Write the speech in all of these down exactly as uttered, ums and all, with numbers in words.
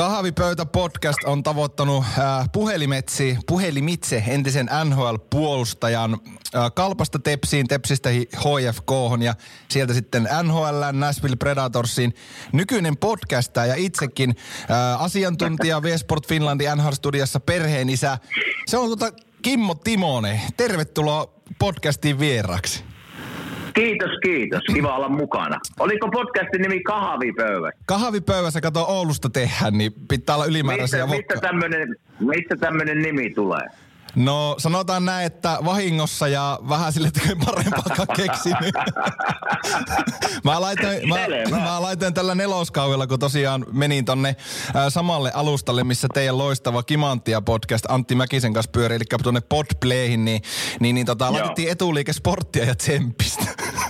Kahvipöytä-podcast on tavoittanut äh, puhelimetsi, puhelimitse entisen N H L-puolustajan äh, Kalpasta Tepsiin, Tepsistä H F K:hon ja sieltä sitten N H L, Nashville Predatorsiin. Nykyinen podcastaja ja itsekin äh, asiantuntija V-Sport Finlandin N H L-studiossa perheenisä. Se on tuota Kimmo Timonen. Tervetuloa podcastiin vieraksi. Kiitos, kiitos. Kiva olla mukana. Oliko podcastin nimi Kahvipöydä? Kahvipöydässä, kato Oulusta tehdään, niin pitää olla ylimääräisiä mistä, mistä tämmönen, mistä tämmönen nimi tulee? No sanotaan näin, että vahingossa ja vähän sille, että parempaakaan keksinyt. mä, laitoin, mä, mä laitoin tällä neloskaudella, kun tosiaan menin tonne ä, samalle alustalle, missä teidän loistava Kimanttia podcast Antti Mäkisen kanssa pyörii, eli tuonne Podplayhin, niin, niin, niin tota, laitettiin etuliike sporttia ja tsemppistä.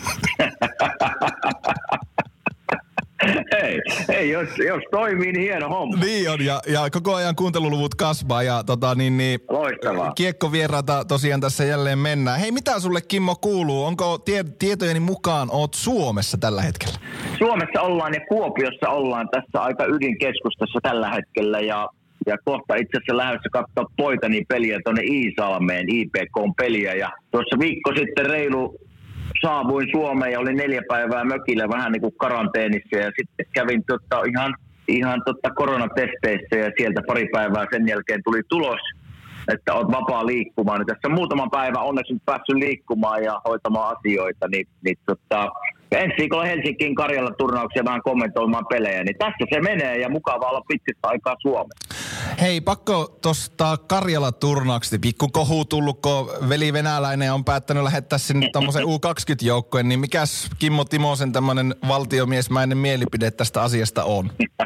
Hei, hei jos, jos toimii, niin hieno homma. Niin on, ja, ja koko ajan kuunteluluvut kasvaa, ja tota niin, niin loistavaa. Kiekkovieraita tosiaan tässä jälleen mennään. Hei, mitä sulle Kimmo kuuluu? Onko tie, tietojeni mukaan oot Suomessa tällä hetkellä? Suomessa ollaan ja Kuopiossa ollaan tässä aika ydinkeskustassa tällä hetkellä, ja, ja kohta itse asiassa lähdössä katsoa poikani peliä tuonne Iisalmeen, I P K:n peliä, ja tuossa viikko sitten reilu saavuin Suomeen ja olin neljä päivää mökillä vähän niin kuin karanteenissa ja sitten kävin tota ihan, ihan tota koronatesteissä ja sieltä pari päivää sen jälkeen tuli tulos, että olet vapaa liikkumaan. Ja tässä muutama päivä onneksi nyt päässyt liikkumaan ja hoitamaan asioita, niin, niin tota, ensi viikolla Helsinkiin Karjalan turnauksia vähän kommentoimaan pelejä, niin tässä se menee ja mukava olla pitkistä aikaa Suomessa. Hei, pakko tuosta Karjala-turnauksesta pikku kohu tullut, kun veli venäläinen on päättänyt lähettää sinne tommosen U kaksikymmentä-joukkojen, niin mikäs Kimmo Timosen tämmönen valtiomiesmäinen mielipide tästä asiasta on?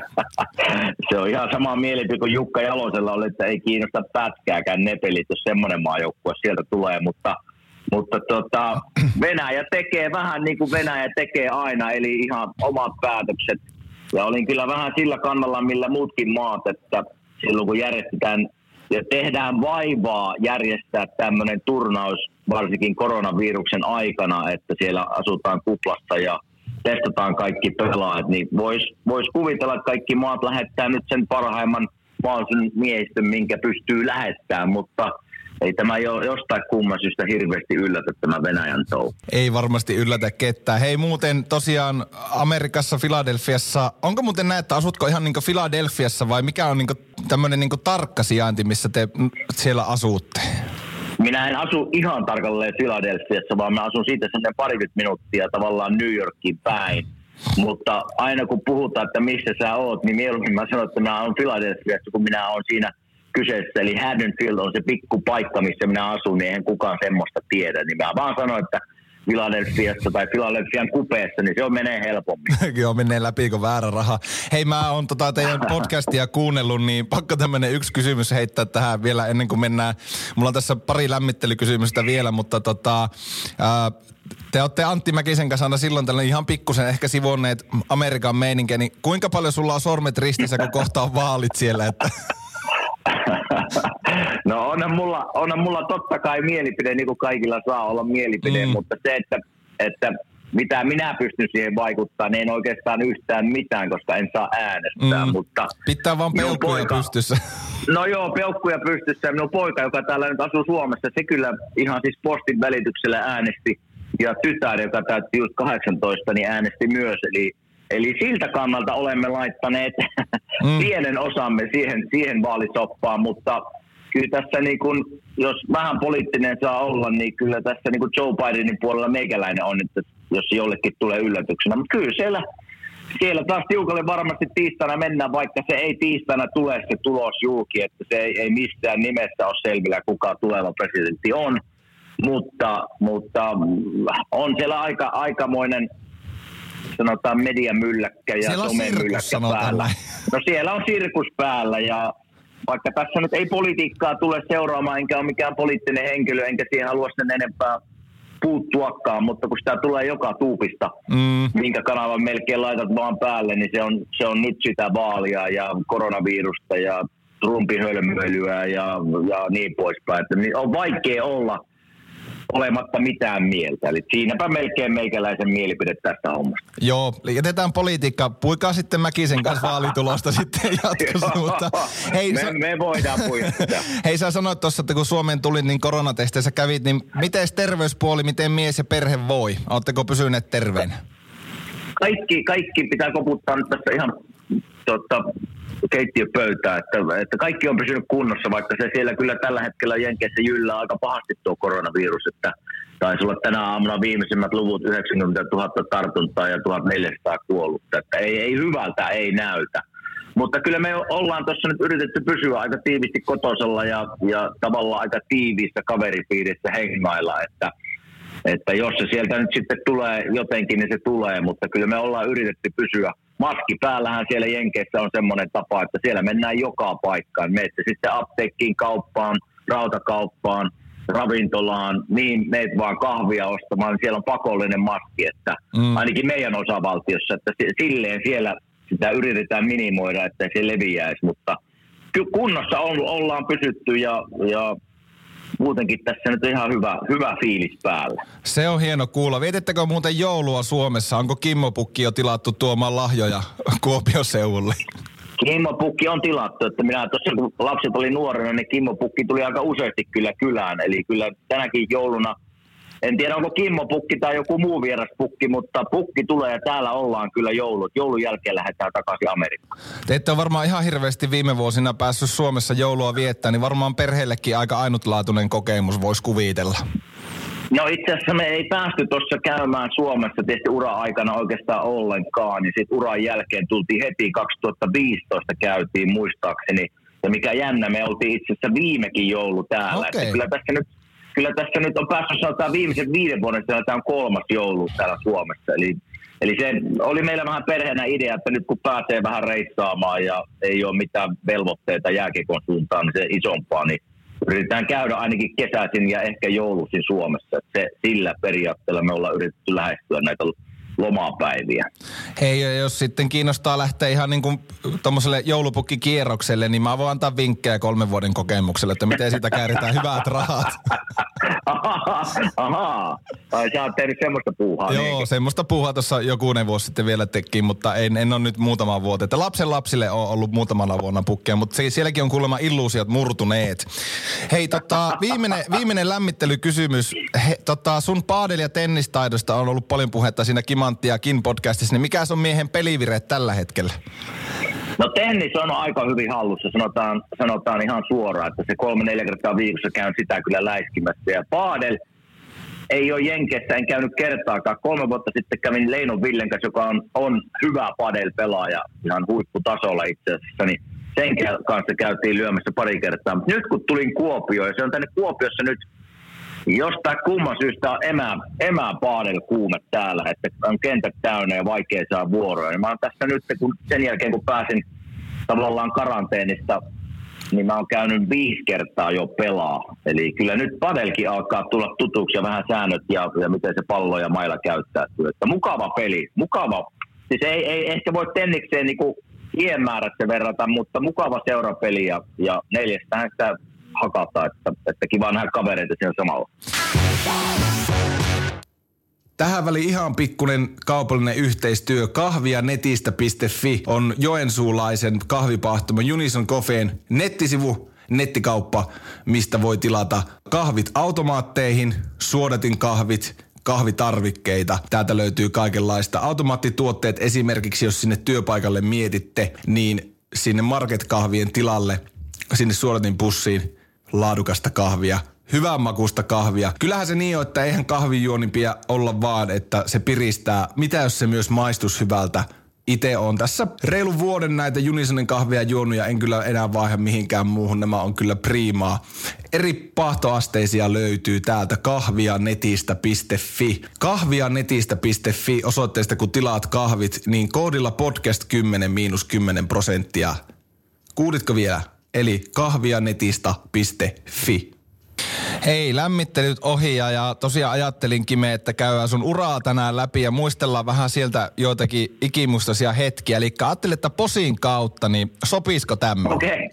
Se on ihan sama mielipide kuin Jukka Jalosella oli, että ei kiinnosta pätkääkään ne pelit, jos semmoinen maajoukkue sieltä tulee, mutta Mutta tota, Venäjä tekee vähän niin kuin Venäjä tekee aina, eli ihan omat päätökset. Ja olin kyllä vähän sillä kannalla, millä muutkin maat, että silloin kun järjestetään ja tehdään vaivaa järjestää tämmöinen turnaus, varsinkin koronaviruksen aikana, että siellä asutaan kuplassa ja testataan kaikki pelaajat, niin voisi vois kuvitella, että kaikki maat lähettää nyt sen parhaimman mahdollisen miehistön, minkä pystyy lähettämään, mutta ei tämä jo jostain kumman syystä hirveästi yllätä tämä Venäjän touhu. Ei varmasti yllätä ketään. Hei muuten tosiaan Amerikassa, Filadelfiassa, onko muuten näin, että asutko ihan niin kuin Filadelfiassa vai mikä on niin kuin tämmöinen niin kuin tarkka sijainti, missä te siellä asutte? Minä en asu ihan tarkalleen Filadelfiassa, vaan mä asun siitä sellainen parikymmentä minuuttia tavallaan New Yorkiin päin. Mutta aina kun puhutaan, että missä sä oot, niin mieluummin mä sanon, että mä oon Filadelfiassa, kun minä oon siinä kyseessä, eli Haddonfield on se pikku paikka, missä minä asun, niin eihän kukaan semmoista tiedä. Niin mä vaan sanon, että Filadelfiassa tai Filadelfian kupeessa, niin se on menee helpommin. Joo, menee läpi kuin väärä raha. Hei, mä oon tota teidän podcastia kuunnellut, niin pakko tämmönen yksi kysymys heittää tähän vielä ennen kuin mennään. Mulla on tässä pari lämmittelykysymystä vielä, mutta tota, ää, te olette Antti Mäkisen kanssa aina silloin tällainen ihan pikkusen ehkä sivonneet Amerikan meininkiä, niin kuinka paljon sulla on sormet ristissä, kun kohta on vaalit siellä, että... No onhan mulla, onhan mulla totta kai mielipide, niin kuin kaikilla saa olla mielipide, mm. mutta se, että, että mitä minä pystyn siihen vaikuttaa, niin en oikeastaan yhtään mitään, koska en saa äänestää. Mm. Mutta pitää vaan peukkuja poika, pystyssä. No joo, peukkuja pystyssä. Minun poika, joka täällä nyt asuu Suomessa, se kyllä ihan siis postin välityksellä äänesti. Ja tytär, joka täytti just kahdeksantoista, niin äänesti myös. Eli Eli siltä kannalta olemme laittaneet mm. pienen osamme siihen, siihen vaalisoppaan, mutta kyllä tässä niin kun, jos vähän poliittinen saa olla, niin kyllä tässä niin kun Joe Bidenin puolella meikäläinen on, että jos jollekin tulee yllätyksenä. Mutta kyllä siellä, siellä taas tiukalle varmasti tiistaina mennään, vaikka se ei tiistaina tule se tulos julki, että se ei, ei missään nimessä ole selvillä, kuka tuleva presidentti on, mutta, mutta on siellä aika, aikamoinen... sanotaan mediamylläkkä ja somemylläkkä päällä. No siellä on sirkus päällä ja vaikka tässä nyt ei politiikkaa tule seuraamaan, enkä ole mikään poliittinen henkilö, enkä siihen halua sen enempää puuttuakaan, mutta kun sitä tulee joka tuupista, mm. minkä kanavan melkein laitat vaan päälle, niin se on, se on nyt sitä vaalia ja koronavirusta ja Trumpin hölmöilyä ja, ja niin poispäin. Että on vaikea olla olematta mitään mieltä. Eli siinäpä melkein meikäläisen mielipide tästä hommasta. Joo, jätetään politiikka. Puikaa sitten Mäkisen kanssa vaalitulosta sitten jatkossa. Mutta hei, me, sä... me voidaan puida sitä. Hei, sä sanoit tuossa, että kun Suomeen tulit, niin koronatesteissä kävit, niin miten terveyspuoli, miten mies ja perhe voi? Oletteko pysyneet terveenä? Kaikki, kaikki pitää koputtaa nyt tässä ihan totta, keittiöpöytää, että, että kaikki on pysynyt kunnossa, vaikka se siellä kyllä tällä hetkellä Jenkeissä jyllää aika pahasti tuo koronavirus, että taisi olla tänä aamuna viimeisimmät luvut yhdeksänkymmentätuhatta tartuntaa ja tuhatneljäsataa kuollutta, että ei, ei hyvältä, ei näytä. Mutta kyllä me ollaan tuossa nyt yritetty pysyä aika tiivisti kotosalla ja, ja tavallaan aika tiiviissä kaveripiirissä hengailla, että Että jos se sieltä nyt sitten tulee jotenkin, niin se tulee, mutta kyllä me ollaan yritetty pysyä. Maski päällähän siellä Jenkeissä on semmoinen tapa, että siellä mennään joka paikkaan. Menette sitten apteekkiin, kauppaan, rautakauppaan, ravintolaan, niin meet vaan kahvia ostamaan, niin siellä on pakollinen maski, että mm. ainakin meidän osavaltiossa, että silleen siellä sitä yritetään minimoida, että se leviäisi, mutta kyllä kunnossa on, ollaan pysytty ja, ja muutenkin tässä nyt on ihan hyvä, hyvä fiilis päällä. Se on hieno kuulla. Vietettekö muuten joulua Suomessa? Onko Kimmo-pukki jo tilattu tuomaan lahjoja Kuopion seudulle? Kimmo-pukki on tilattu. Että minä tuossa kun lapset oli nuorena, niin Kimmo-pukki tuli aika useasti kyllä kylään. Eli kyllä tänäkin jouluna, en tiedä onko Kimmo-pukki tai joku muu vieraspukki, mutta pukki tulee ja täällä ollaan kyllä joulut. Joulun jälkeen lähdetään takaisin Amerikkaan. Te ette ole varmaan ihan hirveästi viime vuosina päässyt Suomessa joulua viettämään, niin varmaan perheellekin aika ainutlaatuinen kokemus voisi kuvitella. No itse asiassa me ei päästy tuossa käymään Suomessa tietysti ura-aikana oikeastaan ollenkaan. Niin sitten uran jälkeen tultiin heti kaksituhattaviisitoista käytiin muistaakseni. Ja mikä jännä, me oltiin itse asiassa viimekin joulu täällä. Okay. Kyllä tässä nyt Kyllä tässä nyt on päässyt sanotaan viimeisen viiden vuoden, että tämä on kolmas joulu täällä Suomessa. Eli, eli se oli meillä vähän perheenä idea, että nyt kun pääsee vähän reissaamaan ja ei ole mitään velvoitteita jääkiekon suuntaan, niin se isompaa, niin yritetään käydä ainakin kesäisin ja ehkä joulusin Suomessa. Se, sillä periaatteella me ollaan yritetty lähestyä näitä lomapäiviä. Hei, jos sitten kiinnostaa lähteä ihan niin kuin tommoselle joulupukkikierrokselle, niin mä voin antaa vinkkejä kolmen vuoden kokemukselle, että miten siitä kääritään hyvät rahat. Ahaa, ai sä oot tehnyt semmoista puuhaa. Joo, niinkin. Semmoista puuhaa tuossa jokunen vuosi sitten vielä teki, mutta en, en ole nyt muutaman vuoteen. Että lapsen lapsille on ollut muutamana vuonna pukkia, mutta se, sielläkin on kuulemma illuusiot murtuneet. Hei, tota, viimeinen, viimeinen lämmittelykysymys. He, tota, sun paadel- ja tennistaidosta on ollut paljon puhetta siinä Kimanttiakin podcastissa, niin mikä on miehen pelivire tällä hetkellä? No tennis on aika hyvin hallussa, sanotaan, sanotaan ihan suoraan, että se kolme neljä kertaa viikossa käyn sitä kyllä läiskimässä. Ja paadel ei ole Jenkeissä, en käynyt kertaakaan. Kolme vuotta sitten kävin Leinon Villen kanssa, joka on, on hyvä padel-pelaaja, ihan huipputasolla itse asiassa, niin sen kanssa käytiin lyömässä pari kertaa. Nyt kun tulin Kuopioon, ja se on tänne Kuopiossa nyt jostain kumman syystä on emä, emä paadel kuume täällä, että on kentät täynnä ja vaikea saa vuoroja. Ja mä oon tässä nyt, kun sen jälkeen kun pääsin tavallaan karanteenista, niin mä oon käynyt viisi kertaa jo pelaa. Eli kyllä nyt padelkin alkaa tulla tutuksi ja vähän säännöt ja, ja miten se pallo ja mailla käyttäytyy. Että mukava peli, mukava. Siis ei, ei ehkä voi tennikseen niinku ienmäärässä verrata, mutta mukava seurapeli ja, ja neljästähän sitä hakata, että, että kiva nähdä kavereita siellä samalla. Tähän väliin ihan pikkuinen kaupallinen yhteistyö. kahvianetistä piste fi on joensuulaisen kahvipahtimo Unison Coffeen nettisivu, nettikauppa, mistä voi tilata kahvit automaatteihin, suodatin kahvit, kahvitarvikkeita. Täältä löytyy kaikenlaista. Automaattituotteet esimerkiksi, jos sinne työpaikalle mietitte, niin sinne market-kahvien tilalle, sinne suodatin pussiin laadukasta kahvia. Hyvän makuista kahvia. Kyllähän se niin on, että eihän kahvijuonipia olla vaan, että se piristää. Mitä jos se myös maistus hyvältä? Itse on tässä reilun vuoden näitä Unisonin kahvia juonut ja en kyllä enää vaiha mihinkään muuhun. Nämä on kyllä priimaa. Eri pahtoasteisia löytyy täältä kahvianetistä piste fi. kahvianetistä piste fi osoitteesta kun tilaat kahvit, niin koodilla podcast kymmenen miinus kymmenen prosenttia. Kuulitko vielä? Eli kahvianetista piste fi. Hei, lämmittelyt ohi ja, ja tosiaan ajattelin Kime, että käydään sun uraa tänään läpi ja muistellaan vähän sieltä joitakin ikimuistoisia hetkiä. Eli ajattelin, että posin kautta, niin sopisiko tämmöinen? Okei, okay.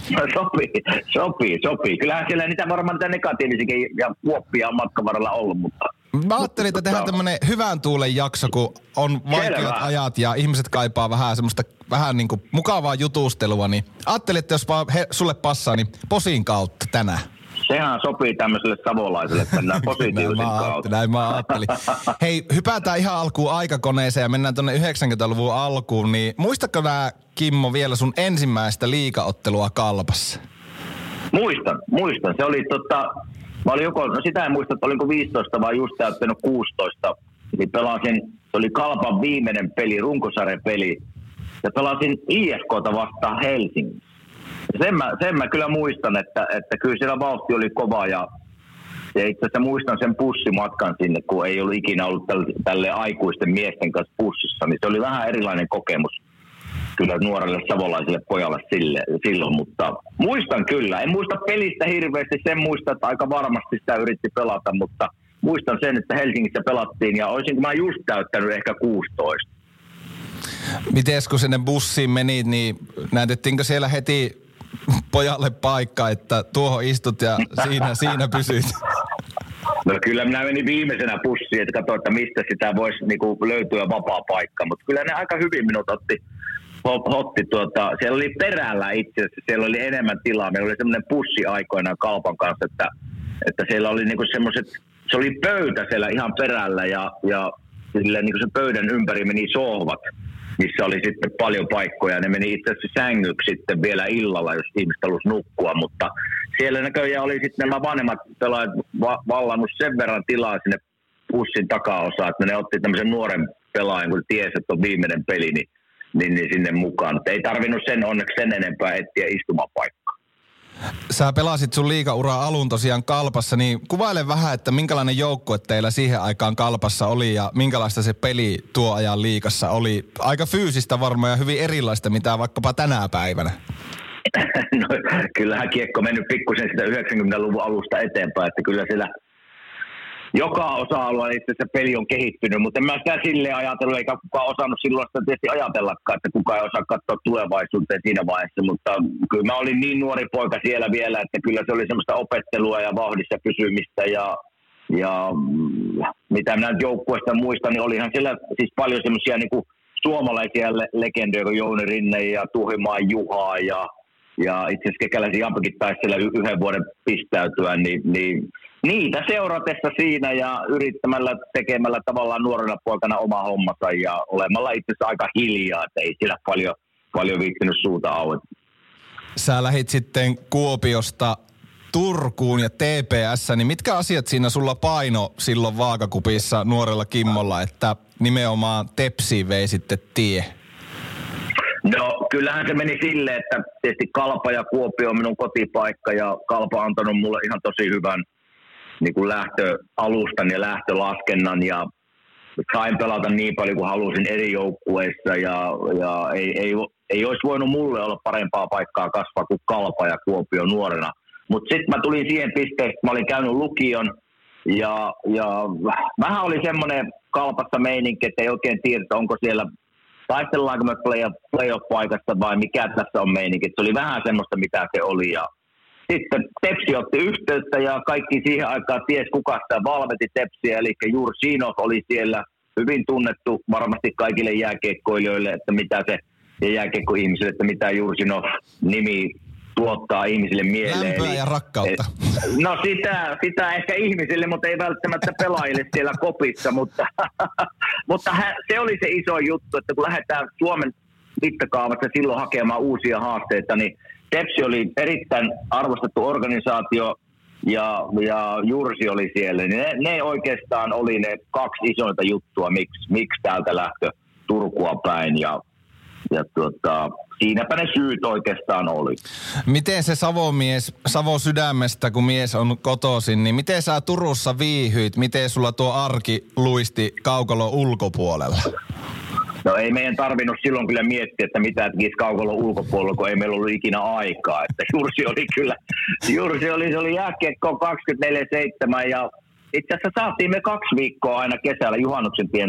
sopii, sopii, sopii. Kyllähän siellä niitä varmaan niitä negatiivisikin ja kuoppia on matkan varrella ollut, mutta... Mä ajattelin, että tehdään tämmönen hyvän tuulen jakso, kun on vaikeat Selvä. ajat ja ihmiset kaipaa vähän semmoista vähän niinku mukavaa jutustelua, niin ajattelin, että jos vaan he, sulle passaa, niin Posin kautta tänään. Sehän sopii tämmöiselle savolaiselle, että mennään positiivisen näin kautta. Näin mä ajattelin. Hei, hypätään ihan alkuun aikakoneeseen ja mennään tuonne yhdeksänkymmentäluvun alkuun, niin muistatko nää, Kimmo, vielä sun ensimmäistä liigaottelua Kalpassa? Muistan, muistan. Se oli tota, mä olin joko, no sitä en muista, että olinko viisitoista vai just täyttänyt kuusitoista. Niin pelasin, se oli Kalpan viimeinen peli, runkosarjapeli. Ja pelasin I F K:ta vastaan Helsingissä. Sen mä, sen mä kyllä muistan, että, että kyllä siellä vauhti oli kova ja, ja itse asiassa muistan sen bussimatkan sinne, kun ei ollut ikinä ollut tälle, tälle aikuisten miesten kanssa bussissa, niin se oli vähän erilainen kokemus kyllä nuorelle savolaiselle pojalle sille, silloin, mutta muistan kyllä. En muista pelistä hirveästi, sen muista, että aika varmasti sitä yritti pelata, mutta muistan sen, että Helsingissä pelattiin ja olisinko mä just täyttänyt ehkä kuusitoista. Mites kun sinne bussiin meni, niin näytettiinkö siellä heti pojalle paikka, että tuohon istut ja siinä, siinä pysyt? No kyllä minä menin viimeisenä bussiin, että katsoin, että mistä sitä voisi niinku löytyä vapaa paikka, mutta kyllä ne aika hyvin minut otti, otti tuota, siellä oli perällä itse asiassa, siellä oli enemmän tilaa, meillä oli semmoinen bussi aikoinaan Kalpan kanssa, että, että siellä oli niinku semmoiset, se oli pöytä siellä ihan perällä ja, ja sille, niinku se pöydän ympäri meni sohvat, missä oli sitten paljon paikkoja. Ne meni itse asiassa sängyksi sitten vielä illalla, jos ihmiset halusi nukkua, mutta siellä näköjään oli sitten nämä vanhemmat pelaajat va- vallannut sen verran tilaa sinne bussin takaosaan, että ne otti tämmöisen nuoren pelaajan, kun tiesi, että on viimeinen peli, niin, niin, niin sinne mukaan. Että ei tarvinnut sen onneksi sen enempää etsiä istumapaikkaa. Sä pelasit sun liigauraa alun tosiaan Kalpassa, niin kuvaile vähän, että minkälainen joukkue teillä siihen aikaan Kalpassa oli ja minkälaista se peli tuo ajan liigassa oli. Aika fyysistä varmaan ja hyvin erilaista, mitä vaikkapa tänä päivänä. No, kyllähän kiekko mennyt pikkusen sitä yhdeksänkymmentäluvun alusta eteenpäin, että kyllä siellä joka osa-alue itse asiassa peli on kehittynyt, mutta en mä sitä silleen ajatellut, eikä kukaan osannut silloin sitä tietysti ajatellakaan, että kukaan ei osaa katsoa tulevaisuuteen siinä vaiheessa, mutta kyllä mä olin niin nuori poika siellä vielä, että kyllä se oli semmoista opettelua ja vauhdissa pysymistä ja, ja mitä minä nyt joukkueesta muistan, niin olihan siellä siis paljon semmoisia niin kuin suomalaisia legendoja kuin Jouni Rinne ja Tuhimaan Juha ja, ja itse asiassa Kekäläisen Jampikin taisi siellä yhden vuoden pistäytyä, niin, niin niitä seuratessa siinä ja yrittämällä tekemällä tavallaan nuorena poikana oma hommansa ja olemalla itse asiassa aika hiljaa, että ei siellä paljon, paljon viitsinyt suuta aueta. Sä lähit sitten Kuopiosta Turkuun ja T P S, niin mitkä asiat siinä sulla paino silloin vaakakupissa nuorella Kimmolla, että nimenomaan Tepsiin vei sitten tie? No kyllähän se meni silleen, että tietysti Kalpa ja Kuopio on minun kotipaikka ja Kalpa on antanut mulle ihan tosi hyvän niin kuin lähtöalustan ja lähtölaskennan ja sain pelata niin paljon kuin halusin eri joukkueissa ja, ja ei, ei, ei olisi voinut mulle olla parempaa paikkaa kasvaa kuin Kalpa ja Kuopio nuorena. Mutta sitten mä tulin siihen pisteeseen, että mä olin käynyt lukion ja, ja vähän oli semmoinen Kalpassa meininki, että ei oikein tiedä, onko siellä, taistellaanko me playoff-paikasta vai mikä tässä on meininki. Se oli vähän semmoista, mitä se oli ja sitten Tepsi otti yhteyttä ja kaikki siihen aikaan ties kuka sitä valveti Tepsiä, eli Jursinov oli siellä hyvin tunnettu varmasti kaikille jääkiekkoilijoille, että mitä se, ja jääkiekkoihmisille, että mitä Jursinov nimi tuottaa ihmisille mieleen. Lämpöä ja rakkautta. Et, no sitä, sitä ehkä ihmisille, mutta ei välttämättä pelaajille siellä kopissa, mutta, mutta hän, se oli se iso juttu, että kun lähdetään Suomen mittakaavassa silloin hakemaan uusia haasteita, niin Tepsi oli erittäin arvostettu organisaatio ja, ja Jursi oli siellä. Ne, ne oikeastaan oli ne kaksi isointa juttua, miksi, miksi täältä lähtö Turkua päin ja, ja tuota, siinäpä ne syyt oikeastaan oli. Miten se Savomies, Savo sydämestä, kun mies on kotoisin, niin miten sä Turussa viihyit? Miten sulla tuo arki luisti kaukalon ulkopuolella? No ei meidän tarvinnut silloin kyllä miettiä, että mitä tekisi kaukalon ulkopuolella, kun ei meillä ollut ikinä aikaa. Että Jursi oli kyllä, Jursi oli, se oli jääkiekko kaksikymmentäneljä seitsemän ja itse asiassa saatiin me kaksi viikkoa aina kesällä juhannuksen tienoilla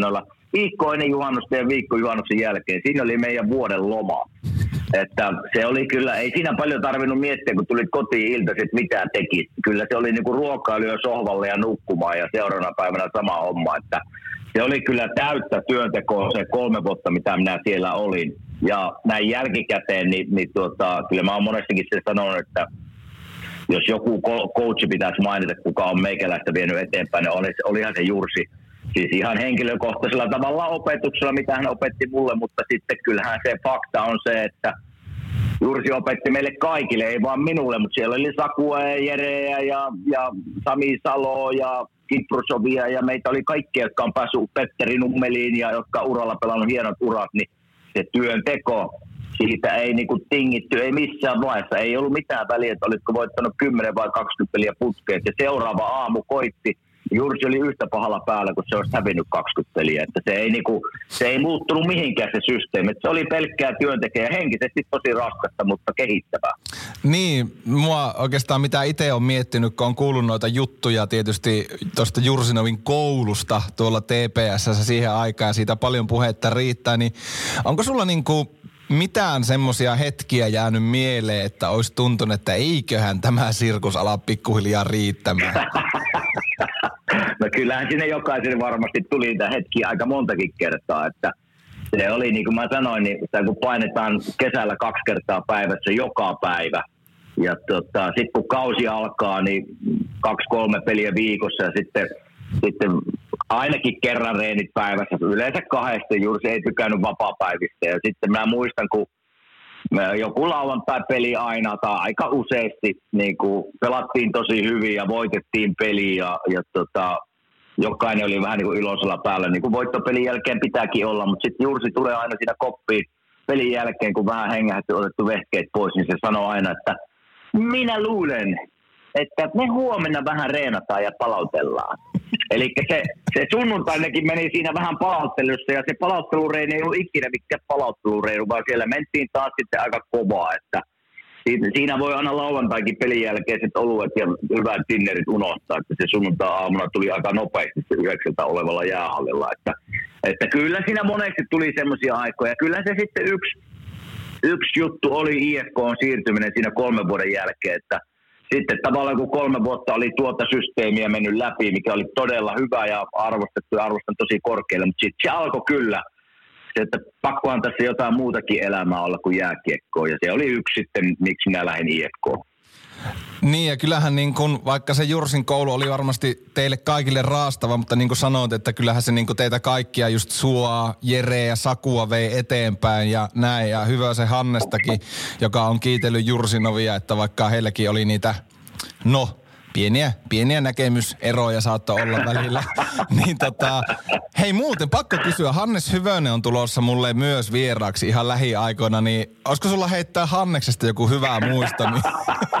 viikko ennen juhannusta ja viikko juhannuksen jälkeen. Siinä oli meidän vuoden loma. Että se oli kyllä, ei siinä paljon tarvinnut miettiä, kun tulit kotiin iltaisin, mitä tekit. Kyllä se oli niinku ruokailuja sohvalle ja nukkumaan ja seuraavana päivänä sama homma. Että se oli kyllä täyttä työntekoa se kolme vuotta, mitä minä siellä olin. Ja näin jälkikäteen, niin, niin tuota, kyllä mä oon monestikin se sanonut, että jos joku coachi pitäisi mainita, kuka on meikäläistä vienyt eteenpäin, niin oli, olihan se Jursi. Siis ihan henkilökohtaisella tavalla opetuksella, mitä hän opetti mulle, mutta sitten kyllähän se fakta on se, että Jursi opetti meille kaikille, ei vaan minulle, mutta siellä oli Sakua ja Jereä ja, ja Sami Salo ja Kiprusovia ja meitä oli kaikkia, jotka on päässyt Petteri Nummeliin ja jotka uralla pelannut hienot urat, niin se työnteko, siitä ei niinku tingitty, ei missään vaiheessa, ei ollut mitään väliä, että olitko voittanut kymmenen vai kaksikymmentä peliä putkeen. Se seuraava aamu koitti, Jursi oli yhtä pahalla päällä, kun se olisi hävinnyt kaksikymmentä peliä. Että se, ei niinku, se ei muuttunut mihinkään se systeemi. Että se oli pelkkää työntekijä, henkisesti tosi raskasta, mutta kehittävää. Niin, mua oikeastaan mitä itse olen miettinyt, kun on kuullut noita juttuja tietysti tuosta Jursinovin koulusta tuolla T P S:ssä siihen aikaan, siitä paljon puhetta riittää, niin onko sulla niinku mitään semmoisia hetkiä jäänyt mieleen, että olisi tuntunut, että eiköhän tämä sirkus ala pikkuhiljaa riittämään? No kyllähän sinne jokaiselle varmasti tuli niitä hetkiä aika montakin kertaa, että se oli niin kuin mä sanoin, niin kun painetaan kesällä kaksi kertaa päivässä joka päivä ja tota, sitten kun kausi alkaa, niin kaksi kolme peliä viikossa ja sitten, sitten ainakin kerran reenit päivässä, yleensä kahdesta, Jursi ei tykännyt vapaapäivistä ja sitten mä muistan, kun joku lauantai-peli aina tai aika useasti niin kuin pelattiin tosi hyvin ja voitettiin peliä ja, ja tota, jokainen oli vähän niin kuin iloisella päällä, niin kuin voittopelin jälkeen pitääkin olla, mutta sitten Jursi tulee aina siinä koppiin pelin jälkeen, kun vähän hengähti otettu vehkeet pois, niin se sanoo aina, että minä luulen, että me huomenna vähän reenataan ja palautellaan. Eli se, se sunnuntainakin meni siinä vähän palauttelussa ja se palauttelureini ei ollut ikinä mikään palauttelureinu, vaan siellä mentiin taas sitten aika kovaa, että siinä voi aina lauantaikin pelin jälkeiset oluet ja hyvät dinnerit unohtaa, että se sunnuntai-aamuna tuli aika nopeasti se yhdeksältä olevalla jäähallilla, että, että kyllä siinä monesti tuli semmoisia aikoja. Kyllä se sitten yksi, yksi juttu oli I F K:n siirtyminen siinä kolmen vuoden jälkeen, että sitten tavallaan kun kolme vuotta oli tuota systeemiä mennyt läpi, mikä oli todella hyvä ja arvostettu ja arvostan tosi korkealle, mutta sitten se alkoi kyllä, se, että pakkohan tässä jotain muutakin elämää olla kuin jääkiekkoa, ja se oli yksi sitten, miksi minä lähdin I F K:on. Niin ja kyllähän niin kun, vaikka se Jursin koulu oli varmasti teille kaikille raastava, mutta niin kuin sanoit, että kyllähän se niin kuin teitä kaikkia just Suaa, Jereä ja Sakua vei eteenpäin ja näin. Ja hyvä se Hannestakin, joka on kiitellyt Jursinovia, että vaikka heilläkin oli niitä, no pieniä, pieniä näkemyseroja saattoi olla välillä. Niin tota, hei muuten pakko kysyä, Hannes Hyvönen on tulossa mulle myös vieraaksi ihan lähiaikoina, niin olisiko sulla heittää Hanneksesta joku hyvä muisto? Niin?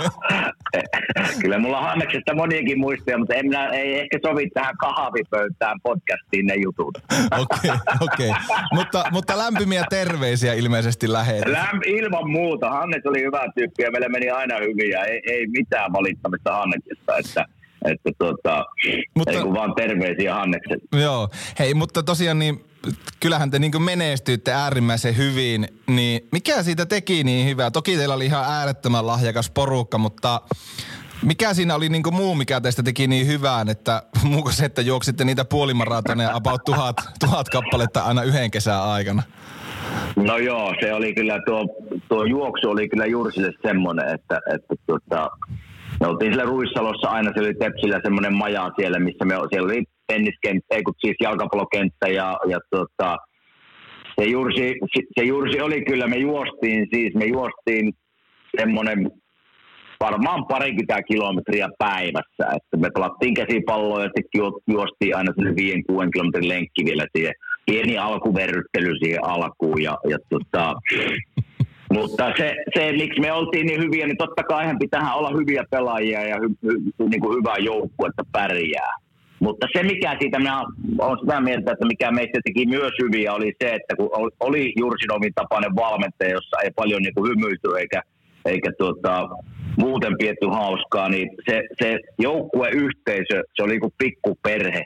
Kyllä mulla on Hanneksesta moniakin muistoja, mutta en minä, ei ehkä sovi tähän kahvipöytään podcastiin ne jutut. Okei, okay, okei. Okay. Mutta, mutta lämpimiä terveisiä ilmeisesti lähetät. Lämp, ilman muuta. Hannes oli hyvä tyyppi ja meillä meni aina hyvin ja ei, ei mitään valittamista Hanneksesta, että että tuota, mutta, ei kun vaan terveisiä Hanneksen. Joo, hei, mutta tosiaan niin kyllähän te niin menestyitte äärimmäisen hyvin, niin mikä siitä teki niin hyvää? Toki teillä oli ihan äärettömän lahjakas porukka, mutta mikä siinä oli niin muu, mikä teistä teki niin hyvään, että muuko se, että juoksitte niitä puolimaratoneja about tuhat, tuhat kappaletta aina yhden kesän aikana? No joo, se oli kyllä, tuo, tuo juoksu oli kyllä Jursille semmoinen, että, että tuota, me oltiin siellä Ruissalossa aina, se oli Tepsillä semmoinen maja siellä, missä me siellä oli tenniskenttä, ei kun siis jalkapallokenttä ja, ja tota, se, Jursi, se Jursi oli kyllä, me juostiin siis, me juostiin semmoinen varmaan parikymmentä kilometriä päivässä, että me pelattiin käsipalloa ja sitten juostiin aina sinne viiden kuuden kilometrin lenkki vielä siihen, pieni alkuverryttely siihen alkuun ja, ja tota, mutta se, se, miksi me oltiin niin hyviä, niin totta kai pitää olla hyviä pelaajia ja hy, hy, niin kuin hyvä joukkue, että pärjää. Mutta se, mikä siitä, minä olen sitä mieltä, että mikä meistä teki myös hyviä, oli se, että kun oli Jursinovin tapainen valmentaja, jossa ei paljon niin kuin hymyilty eikä, eikä tuota, muuten pietty hauskaa, niin se, se joukkueyhteisö, se oli kuin pikkuperhe.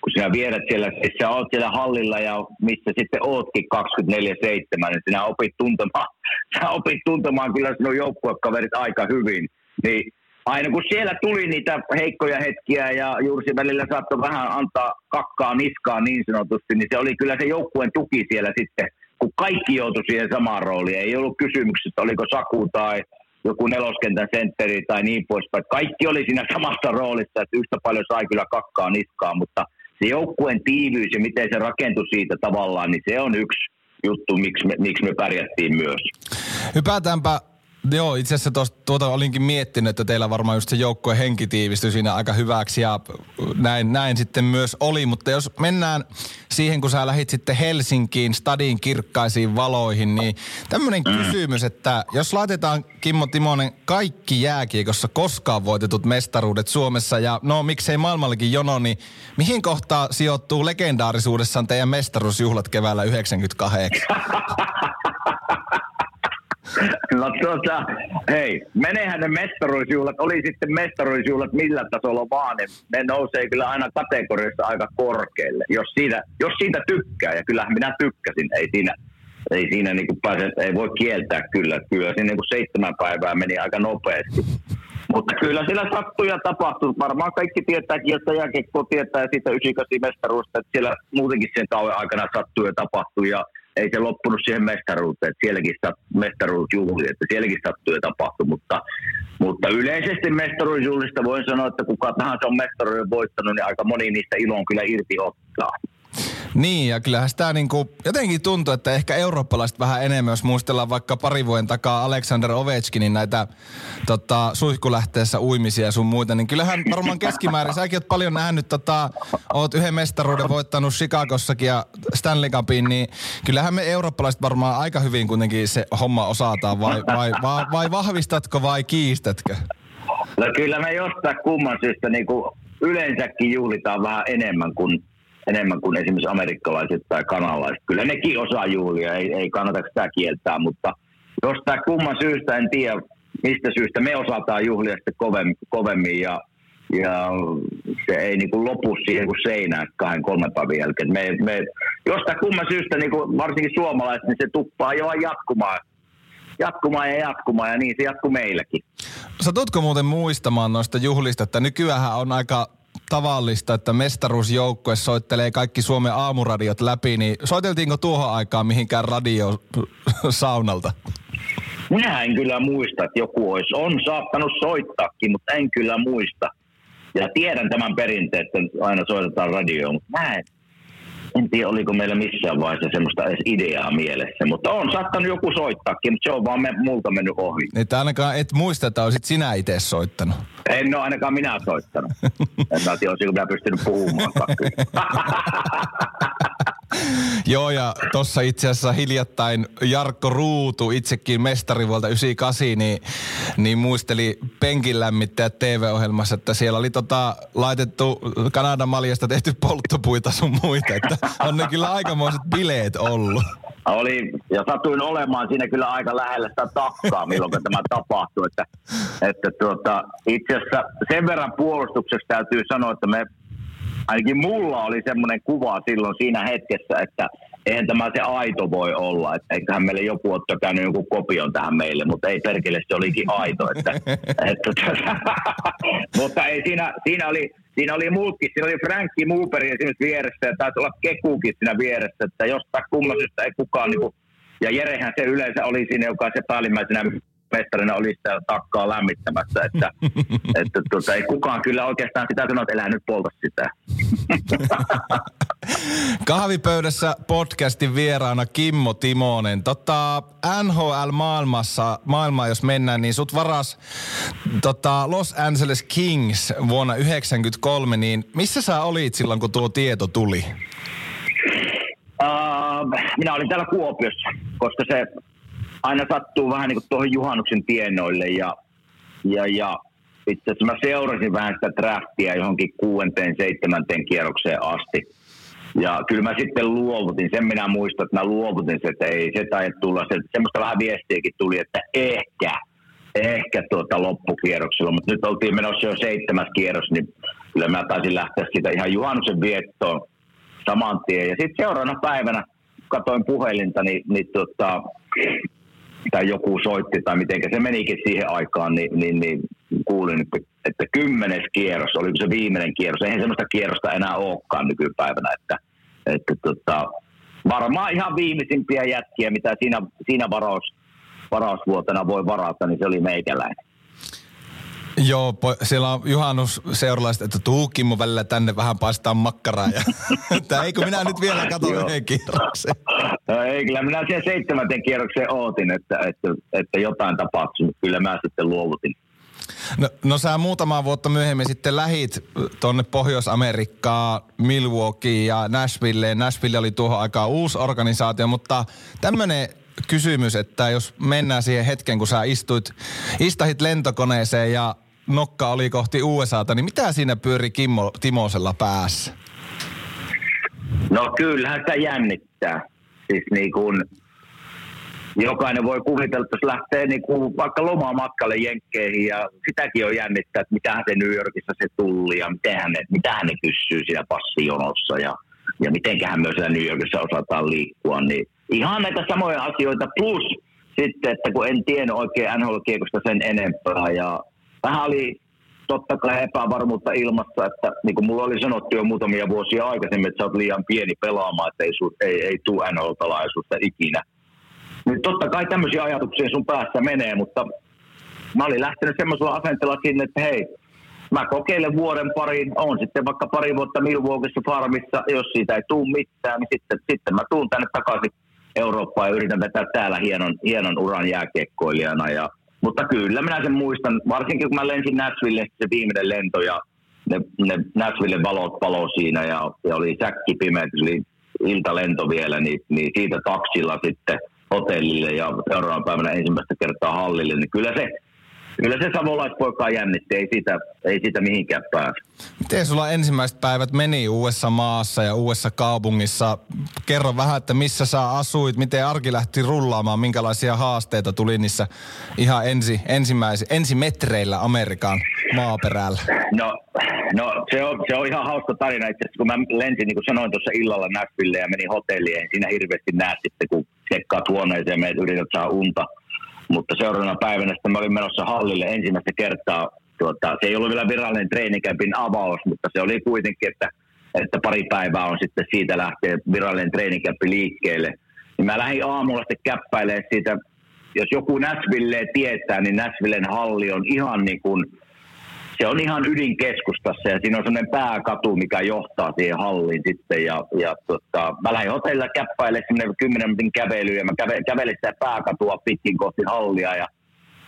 kun sinä viedät siellä, siis sä oot siellä hallilla ja missä sitten ootkin kaksikymmentäneljä seitsemän, niin sinä opit tuntemaan, sä opit tuntemaan kyllä sinun joukkuekaverit aika hyvin. Niin aina kun siellä tuli niitä heikkoja hetkiä ja juuri välillä saattoi vähän antaa kakkaa niskaan niin sanotusti, niin se oli kyllä se joukkueen tuki siellä sitten, kun kaikki joutui siihen samaan rooliin. Ei ollut kysymyksessä, oliko Saku tai joku neloskentän sentteri tai niin poispäin. Kaikki oli siinä samassa roolissa, että yhtä paljon sai kyllä kakkaa niskaa, mutta se joukkueen tiivyys ja miten se rakentui siitä tavallaan, niin se on yksi juttu, miksi me, miksi me pärjättiin myös. Hypätäänpä. Joo, itse asiassa tuosta, tuota olinkin miettinyt, että teillä varmaan just se joukkueen henki tiivistyi siinä aika hyväksi ja näin, näin sitten myös oli. Mutta jos mennään siihen, kun sä lähit sitten Helsinkiin stadin kirkkaisiin valoihin, niin tämmöinen mm. kysymys, että jos laitetaan Kimmo Timonen kaikki jääkiekossa koskaan voitetut mestaruudet Suomessa ja no miksei maailmallakin jono, niin mihin kohtaan sijoittuu legendaarisuudessaan teidän mestaruusjuhlat keväällä yhdeksänkymmentäkahdeksan? No tuota, hei, menehän ne mestaruusjuhlat, oli sitten mestaruusjuhlat millä tasolla vaan, ne, ne nousee kyllä aina kategoriassa aika korkealle, jos siitä, jos siitä tykkää, ja kyllähän minä tykkäsin, ei siinä, ei siinä niin kuin pääse, ei voi kieltää kyllä, kyllä siinä niin kuin seitsemän päivää meni aika nopeasti. Mutta kyllä siellä sattui ja tapahtui, varmaan kaikki tietääkin, jotta jääkiekko tietää siitä yhdeksänkymmentäkahdeksan mestaruudesta, että siellä muutenkin sen kauan aikana sattui ja tapahtui, ja ei se loppunut siihen mestaruuteen, että sielläkin mestaruusjuhli, että sielläkin sattui ja tapahtui, mutta, mutta yleisesti mestaruusjuhlista voin sanoa, että kuka tahansa on mestaruuden voittanut, niin aika moni niistä ilon kyllä irti ottaa. Niin, ja kyllähän sitä niin kuin jotenkin tuntuu, että ehkä eurooppalaiset vähän enemmän, jos muistellaan vaikka pari vuoden takaa Alexander Ovechkinin näitä tota, suihkulähteessä uimisia ja sun muita, niin kyllähän varmaan keskimäärin, säkin oot paljon nähnyt, tota, oot yhden mestaruuden voittanut Chicagossakin ja Stanley Cupin, niin kyllähän me eurooppalaiset varmaan aika hyvin kuitenkin se homma osataan, vai, vai, vai, vai vahvistatko vai kiistätkö? No kyllä me jostain kumman syystä niin kuin yleensäkin juhlitaan vähän enemmän kuin enemmän kuin esimerkiksi amerikkalaiset tai kanalaiset. Kyllä nekin osaa juhlia, ei, ei kannata sitä kieltää, mutta jostain kumman syystä, en tiedä mistä syystä, me osataan juhlia sitten kovemmin, kovemmin ja, ja se ei niin kuin lopu siihen kuin seinään kahden kolmen päivän jälkeen. Me, me, jostain kumman syystä, niin kuin varsinkin suomalaiset, niin se tuppaa jo jatkumaan. Jatkumaan ja jatkumaan ja niin se jatkuu meilläkin. Satutko muuten muistamaan noista juhlista, että nykyäänhän on aika tavallista, että mestaruusjoukkue soittelee kaikki Suomen aamuradiot läpi, niin soiteltiinko tuohon aikaan mihinkään radio saunalta? Minä en kyllä muista, että joku olisi, on saattanut soittaakin, mutta en kyllä muista. Ja tiedän tämän perinteen, että aina soitetaan radioon, mutta mä en, en tiedä, oliko meillä missään vaiheessa semmoista edes ideaa mielessä. Mutta on saattanut joku soittaakin, mutta se on vaan me, multa mennyt ohi. Että ainakaan et muista, että olisit sinä itse soittanut. En ole ainakaan minä soittanut. En mä tiedä, olisiko minä pystynyt puhumaan. Joo, ja tossa itse asiassa hiljattain Jarkko Ruutu, itsekin mestari vuolta yhdeksänkymmentäkahdeksan, niin, niin muisteli penkin lämmittäjät T V-ohjelmassa, että siellä oli tota, laitettu Kanadan maljasta tehty polttopuita sun muita, että on ne kyllä aikamoiset bileet ollut. Oli, ja satuin olemaan siinä kyllä aika lähellä sitä takkaa, milloin tämä tapahtui. Että, että tuota, itse asiassa sen verran puolustuksessa täytyy sanoa, että me, ainakin mulla oli semmoinen kuva silloin siinä hetkessä, että eihän tämä se aito voi olla. Että eiköhän meille joku ole käynyt joku kopion tähän meille, mutta ei perkele, se olikin aito. Että, että, mutta ei siinä, siinä oli... Siinä oli muutkin. Siinä oli Frankki Muuperi esimerkiksi vieressä ja taisi olla Kekukin siinä vieressä, että jostain kummasesta ei kukaan niinku, ja Jerehän se yleensä oli siinä, joka se päällimmäisenä mestarina oli sitä takkaa lämmittämässä, että, että tuota, ei kukaan kyllä oikeastaan sitä sanoa, että elää nyt polta sitä. Kahvipöydässä podcastin vieraana Kimmo Timonen. Tota, N H L-maailmassa, maailmaa jos mennään, niin sut varas tota, Los Angeles Kings vuonna yhdeksänkymmentäkolme, niin missä sä olit silloin, kun tuo tieto tuli? Uh, minä olin täällä Kuopiossa, koska se aina sattuu vähän niin kuin tuohon juhannuksen tienoille ja, ja, ja itse asiassa mä seurasin vähän sitä draftia johonkin kuudenteen, seitsemänteen kierrokseen asti. Ja kyllä mä sitten luovutin, sen minä muistan, että mä luovutin se, että ei se taida tulla. Se, semmoista vähän viestiäkin tuli, että ehkä, ehkä tuota loppukierroksella, mutta nyt oltiin menossa jo seitsemäs kierros, niin kyllä mä taisin lähteä siitä ihan juhannuksen viettoon saman tien. Ja sitten seuraavana päivänä katoin puhelinta, niin, niin tota, tai joku soitti tai mitenkä se menikin siihen aikaan, niin, niin, niin kuulin, että, että kymmenes kierros, oliko se viimeinen kierros. Eihän semmoista kierrosta enää olekaan nykypäivänä, että, että tota, varmaan ihan viimeisimpiä jätkiä, mitä siinä, siinä varaus, varausvuotena voi varata, niin se oli meikäläinen. Joo, po, siellä on juhannusseuralaiset, että tuu Kimmo välillä tänne vähän paistaa makkaraa. Ja, että eikö minä nyt vielä katso yhden kierroksen? No ei, kyllä minä siellä seitsemänten kierrokseen ootin, että, että, että jotain tapahtui, mutta kyllä mä sitten luovutin. No, no sä muutama vuotta myöhemmin sitten lähit tuonne Pohjois-Amerikkaan, Milwaukee ja Nashvilleen. Nashville oli tuohon aikaan uusi organisaatio, mutta tämmöinen kysymys, että jos mennään siihen hetken, kun sä istuit, istahit lentokoneeseen ja nokka oli kohti U S A:ta, niin mitä siinä pyöri Kimmo Timosella päässä? No kyllähän sitä jännittää. Siis niin kuin jokainen voi kuvitella, että jos lähtee niin kuin vaikka lomamatkalle jenkkeihin ja sitäkin on jännittää, että mitähän se New Yorkissa se tulli ja mitähän ne, mitähän ne kysyy siinä passijonossa ja, ja mitenköhän myös siellä New Yorkissa osataan liikkua, niin ihan näitä samoja asioita plus sitten, että kun en tiennyt oikein N H L-kiekosta sen enempää ja vähän oli totta kai epävarmuutta ilmassa, että niin kuin mulla oli sanottu jo muutamia vuosia aikaisemmin, että sä oot liian pieni pelaamaan, että ei, ei, ei tule N H L-talaisuutta ikinä. Nyt totta kai tämmöisiä ajatuksia sun päässä menee, mutta mä olin lähtenyt semmoisella asenteella sinne, että hei, mä kokeilen vuoden parin, on sitten vaikka pari vuotta Milwaukeessa farmissa, jos siitä ei tule mitään, niin sitten, sitten mä tuun tänne takaisin Eurooppaan ja yritän vetää täällä hienon, hienon uran jääkiekkoilijana. Ja, mutta kyllä minä sen muistan, varsinkin kun mä lensin Nashville, se viimeinen lento ja ne, ne Nashvillen valot palo siinä ja, ja oli säkki pimeä, oli iltalento vielä, niin, niin siitä taksilla sitten hotellille ja seuraavan päivänä ensimmäistä kertaa hallille, niin kyllä se, kyllä se savolaispoikaa jännitti, ei siitä, ei siitä mihinkään pääse. Miten sulla ensimmäiset päivät meni uudessa maassa ja uudessa kaupungissa? Kerro vähän, että missä sä asuit, miten arki lähti rullaamaan, minkälaisia haasteita tuli niissä ihan ensi, ensimmäis, ensimetreillä Amerikan maaperällä? No, no se, on, se on ihan hauska tarina itse asiassa, kun mä lensin, niin kuin sanoin tuossa illalla Nashville ja menin hotelliin, ei siinä hirveästi näe sitten, kun tsekkaat huoneeseen ja yrität saada unta. Mutta seuraavana päivänä sitten mä olin menossa hallille ensimmäistä kertaa. Tuota, se ei ollut vielä virallinen treenikämpin avaus, mutta se oli kuitenkin, että, että pari päivää on sitten siitä lähtee virallinen treenikämpi liikkeelle. Niin mä lähdin aamulla sitten käppäilemään siitä, jos joku Nashville tietää, niin Nashvillen halli on ihan niin kuin, se on ihan ydinkeskustassa ja siinä on sellainen pääkatu, mikä johtaa siihen halliin sitten. Ja, ja tota, mä lähdin hotellilla käppäilemään semmoinen kymmenen minuutin kävelyä ja mä käve, kävelin sitä pääkatua pitkin kohti hallia. Ja,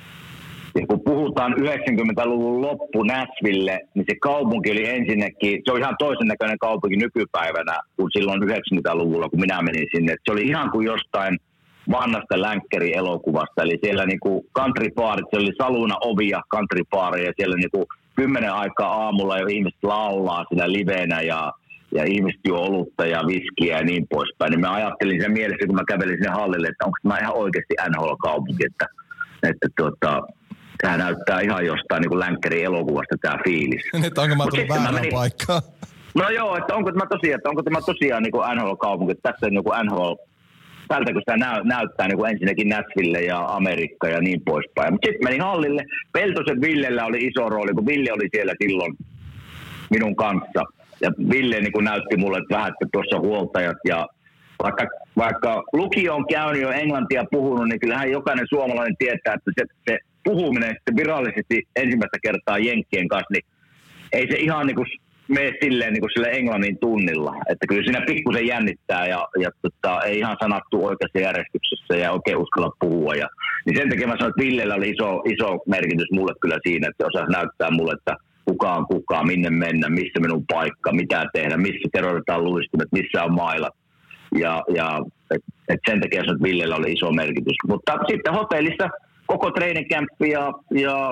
ja kun puhutaan yhdeksänkymmentäluvun loppu Nashville, niin se kaupunki oli ensinnäkin, se on ihan toisen näköinen kaupunki nykypäivänä kuin silloin yhdeksänkymmentäluvulla, kun minä menin sinne. Et se oli ihan kuin jostain vanhasta länkkäri-elokuvasta, eli siellä niinku country-baarit, se oli saluna ovia country-baaria, ja siellä niinku kymmenen aikaa aamulla jo ihmiset laulaa siinä livenä, ja, ja ihmiset juo olutta ja viskiä ja niin poispäin. Niin mä ajattelin sen mielessä, kun mä kävelin sinne hallille, että onko tämä ihan oikeasti N H L-kaupunki, että, että tuota, tämä näyttää ihan jostain niinku länkkäri-elokuvasta tämä fiilis. Nyt onko mä tullut väärään paikkaan? No joo, että onko tämä tosiaan, että onko tämä tosiaan niinku N H L-kaupunki, että tässä on niinku N H L tältä kun sitä näy, näyttää niin kuin ensinnäkin Nashville ja Amerikka ja niin poispäin. Mutta sitten menin hallille. Peltosen Villellä oli iso rooli, kun Ville oli siellä silloin minun kanssa. Ja Ville niin kuin näytti mulle, että vähän, että tuossa huoltajat. Ja vaikka, vaikka lukio on käynyt jo englantia puhunut, niin kyllähän jokainen suomalainen tietää, että se, se puhuminen sitten virallisesti ensimmäistä kertaa jenkkien kanssa, niin ei se ihan niin kuin mene silleen niin kuin sille englannin tunnilla. Että kyllä siinä pikkusen jännittää ja, ja tota, ei ihan sanattu oikeassa järjestyksessä ja oikein uskalla puhua. Ja, niin sen takia mä sanoin, että Villellä oli iso, iso merkitys mulle kyllä siinä, että se osasi näyttää mulle, että kuka on kuka, minne mennä, missä minun paikka, mitä tehdä, missä teroitetaan luistimet, missä on mailat. Ja, ja et, et sen takia sanoin, että Villellä oli iso merkitys. Mutta sitten hotellissa koko treenikämppi ja, ja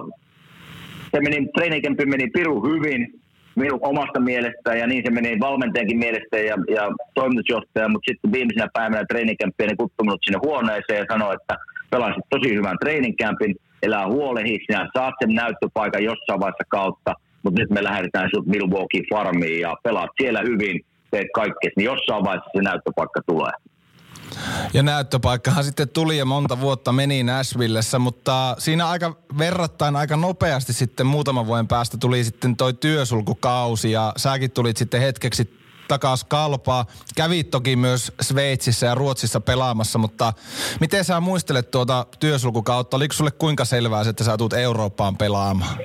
se meni, treenikämppi meni pirun hyvin minun omasta mielestä ja niin se meni valmentajankin mielestä ja, ja toimitusjohtaja, mutta sitten viimeisenä päivänä treenikämppiä ne kutsui minut sinne huoneeseen ja sanoi, että pelasit tosi hyvän treenikämpin, elää huolehi, sinä saat sen näyttöpaikan jossain vaiheessa kautta, mutta nyt me lähdetään sut Milwaukee Farmiin ja pelaat siellä hyvin, teet kaikkea, niin jossain vaiheessa se näyttöpaikka tulee. Ja näyttöpaikkahan sitten tuli ja monta vuotta meni Nashvillessä, mutta siinä aika verrattain aika nopeasti sitten muutaman vuoden päästä tuli sitten toi työsulkukausi ja säkin tulit sitten hetkeksi takas Kalpaa. Kävit toki myös Sveitsissä ja Ruotsissa pelaamassa, mutta miten sä muistelet tuota työsulkukautta? Oliko sulle kuinka selvää, että sä tulet Eurooppaan pelaamaan?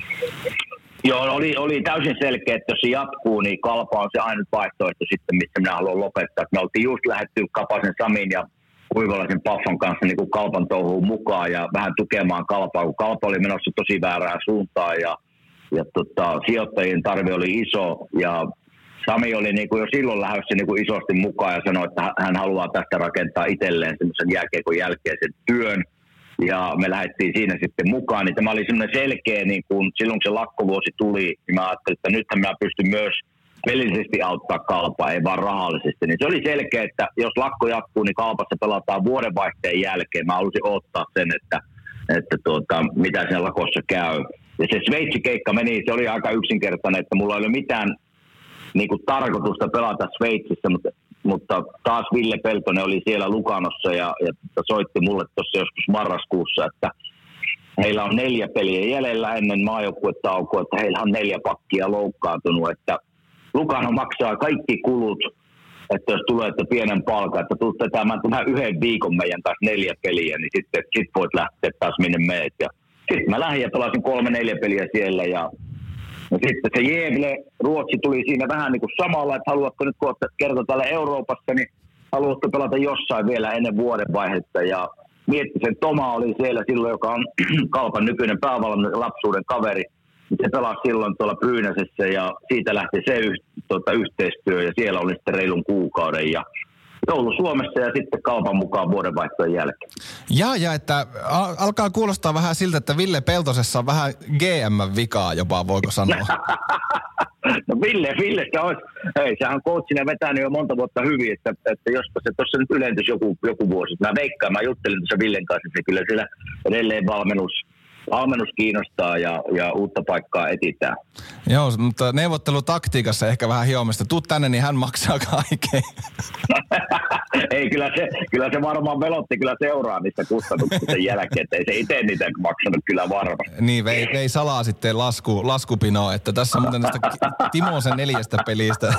Joo, oli, oli täysin selkeä, että jos se jatkuu, niin Kalpa on se ainut vaihtoehto sitten, missä minä haluan lopettaa. Me oltiin just lähdetty Kapasen Samin ja Kuivalaisen Paffan kanssa niin kuin Kalpan touhuun mukaan ja vähän tukemaan Kalpaa, kun Kalpa oli menossa tosi väärään suuntaan ja, ja tota, sijoittajien tarve oli iso ja Sami oli niin kuin jo silloin lähdössä niin kuin isosti mukaan ja sanoi, että hän haluaa tästä rakentaa itselleen semmoisen jälkeen jälkeisen työn. Ja me lähdettiin siinä sitten mukaan, niin tämä oli semmoinen selkeä, niin kun silloin kun se lakkovuosi tuli, niin mä ajattelin, että nythän mä pystyn myös pelillisesti auttaa Kalpaa, ei vaan rahallisesti. Niin se oli selkeä, että jos lakko jatkuu, niin Kalpassa pelataan vuodenvaihteen jälkeen. Mä halusin odottaa sen, että, että tuota, mitä sen lakossa käy. Ja se Sveitsi-keikka meni, se oli aika yksinkertainen, että mulla ei ole mitään niin kuin tarkoitusta pelata Sveitsissä, mutta Mutta taas Ville Peltonen oli siellä Luganossa ja, ja soitti mulle tuossa joskus marraskuussa, että heillä on neljä peliä jäljellä ennen maajoukkuetaukoa, että heillä on neljä pakkia loukkaantunut, että Lugano maksaa kaikki kulut, että jos tulee että pienen palkan, että tulet vetämään tämän yhden viikon meidän taas neljä peliä, niin sitten sit voit lähteä taas minne meet. Ja sitten mä lähdin ja pelasin kolme neljä peliä siellä ja No sitten se Gävle, Ruotsi tuli siinä vähän niin kuin samalla, että haluatko nyt kun kertoa täällä Euroopassa, niin haluatko pelata jossain vielä ennen vuodenvaihetta. Ja mietti sen Toma oli siellä silloin, joka on Kalpan nykyinen päävalmentaja, lapsuuden kaveri. Se pelasi silloin tuolla Brynäsessä ja siitä lähti se yh, tuota, yhteistyö ja siellä oli sitten reilun kuukauden. Ja joulu Suomessa ja sitten Kalpan mukaan vuodenvaihtojen jälkeen. Jaa, ja että al- alkaa kuulostaa vähän siltä, että Ville Peltosessa on vähän G M-vikaa jopa, voiko sanoa? No Ville, Ville se olisi, hei, sehän on coachina vetänyt jo monta vuotta hyvin, että, että jospa se tuossa nyt ylentyisi joku, joku vuosi. Mä veikkaan, mä juttelin tuossa Villen kanssa, että kyllä siellä edelleen valmennus, valmennus kiinnostaa ja, ja uutta paikkaa etsitään. Joo, mutta neuvottelutaktiikassa ehkä vähän hiomista. Tuu tänne, niin hän maksaa kaiken. Ei, kyllä se, kyllä se varmaan velotti kyllä seuraa niistä kustannuksista sen jälkeen, että ei se itse niitä maksanut kyllä varmasti. Niin, vei, vei salaa sitten lasku, laskupinoa, että tässä on muuten näistä Timosen neljästä pelistä.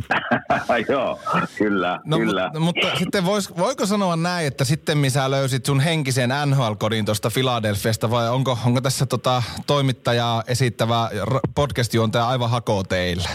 Joo, kyllä, no, kyllä. Mutta, mutta sitten vois, voiko sanoa näin, että sitten missä löysit sun henkisen N H L-kodin tuosta Philadelphiasta vai onko, onko tässä tota toimittajaa esittävä podcast-juontaja aivan hakoo teille?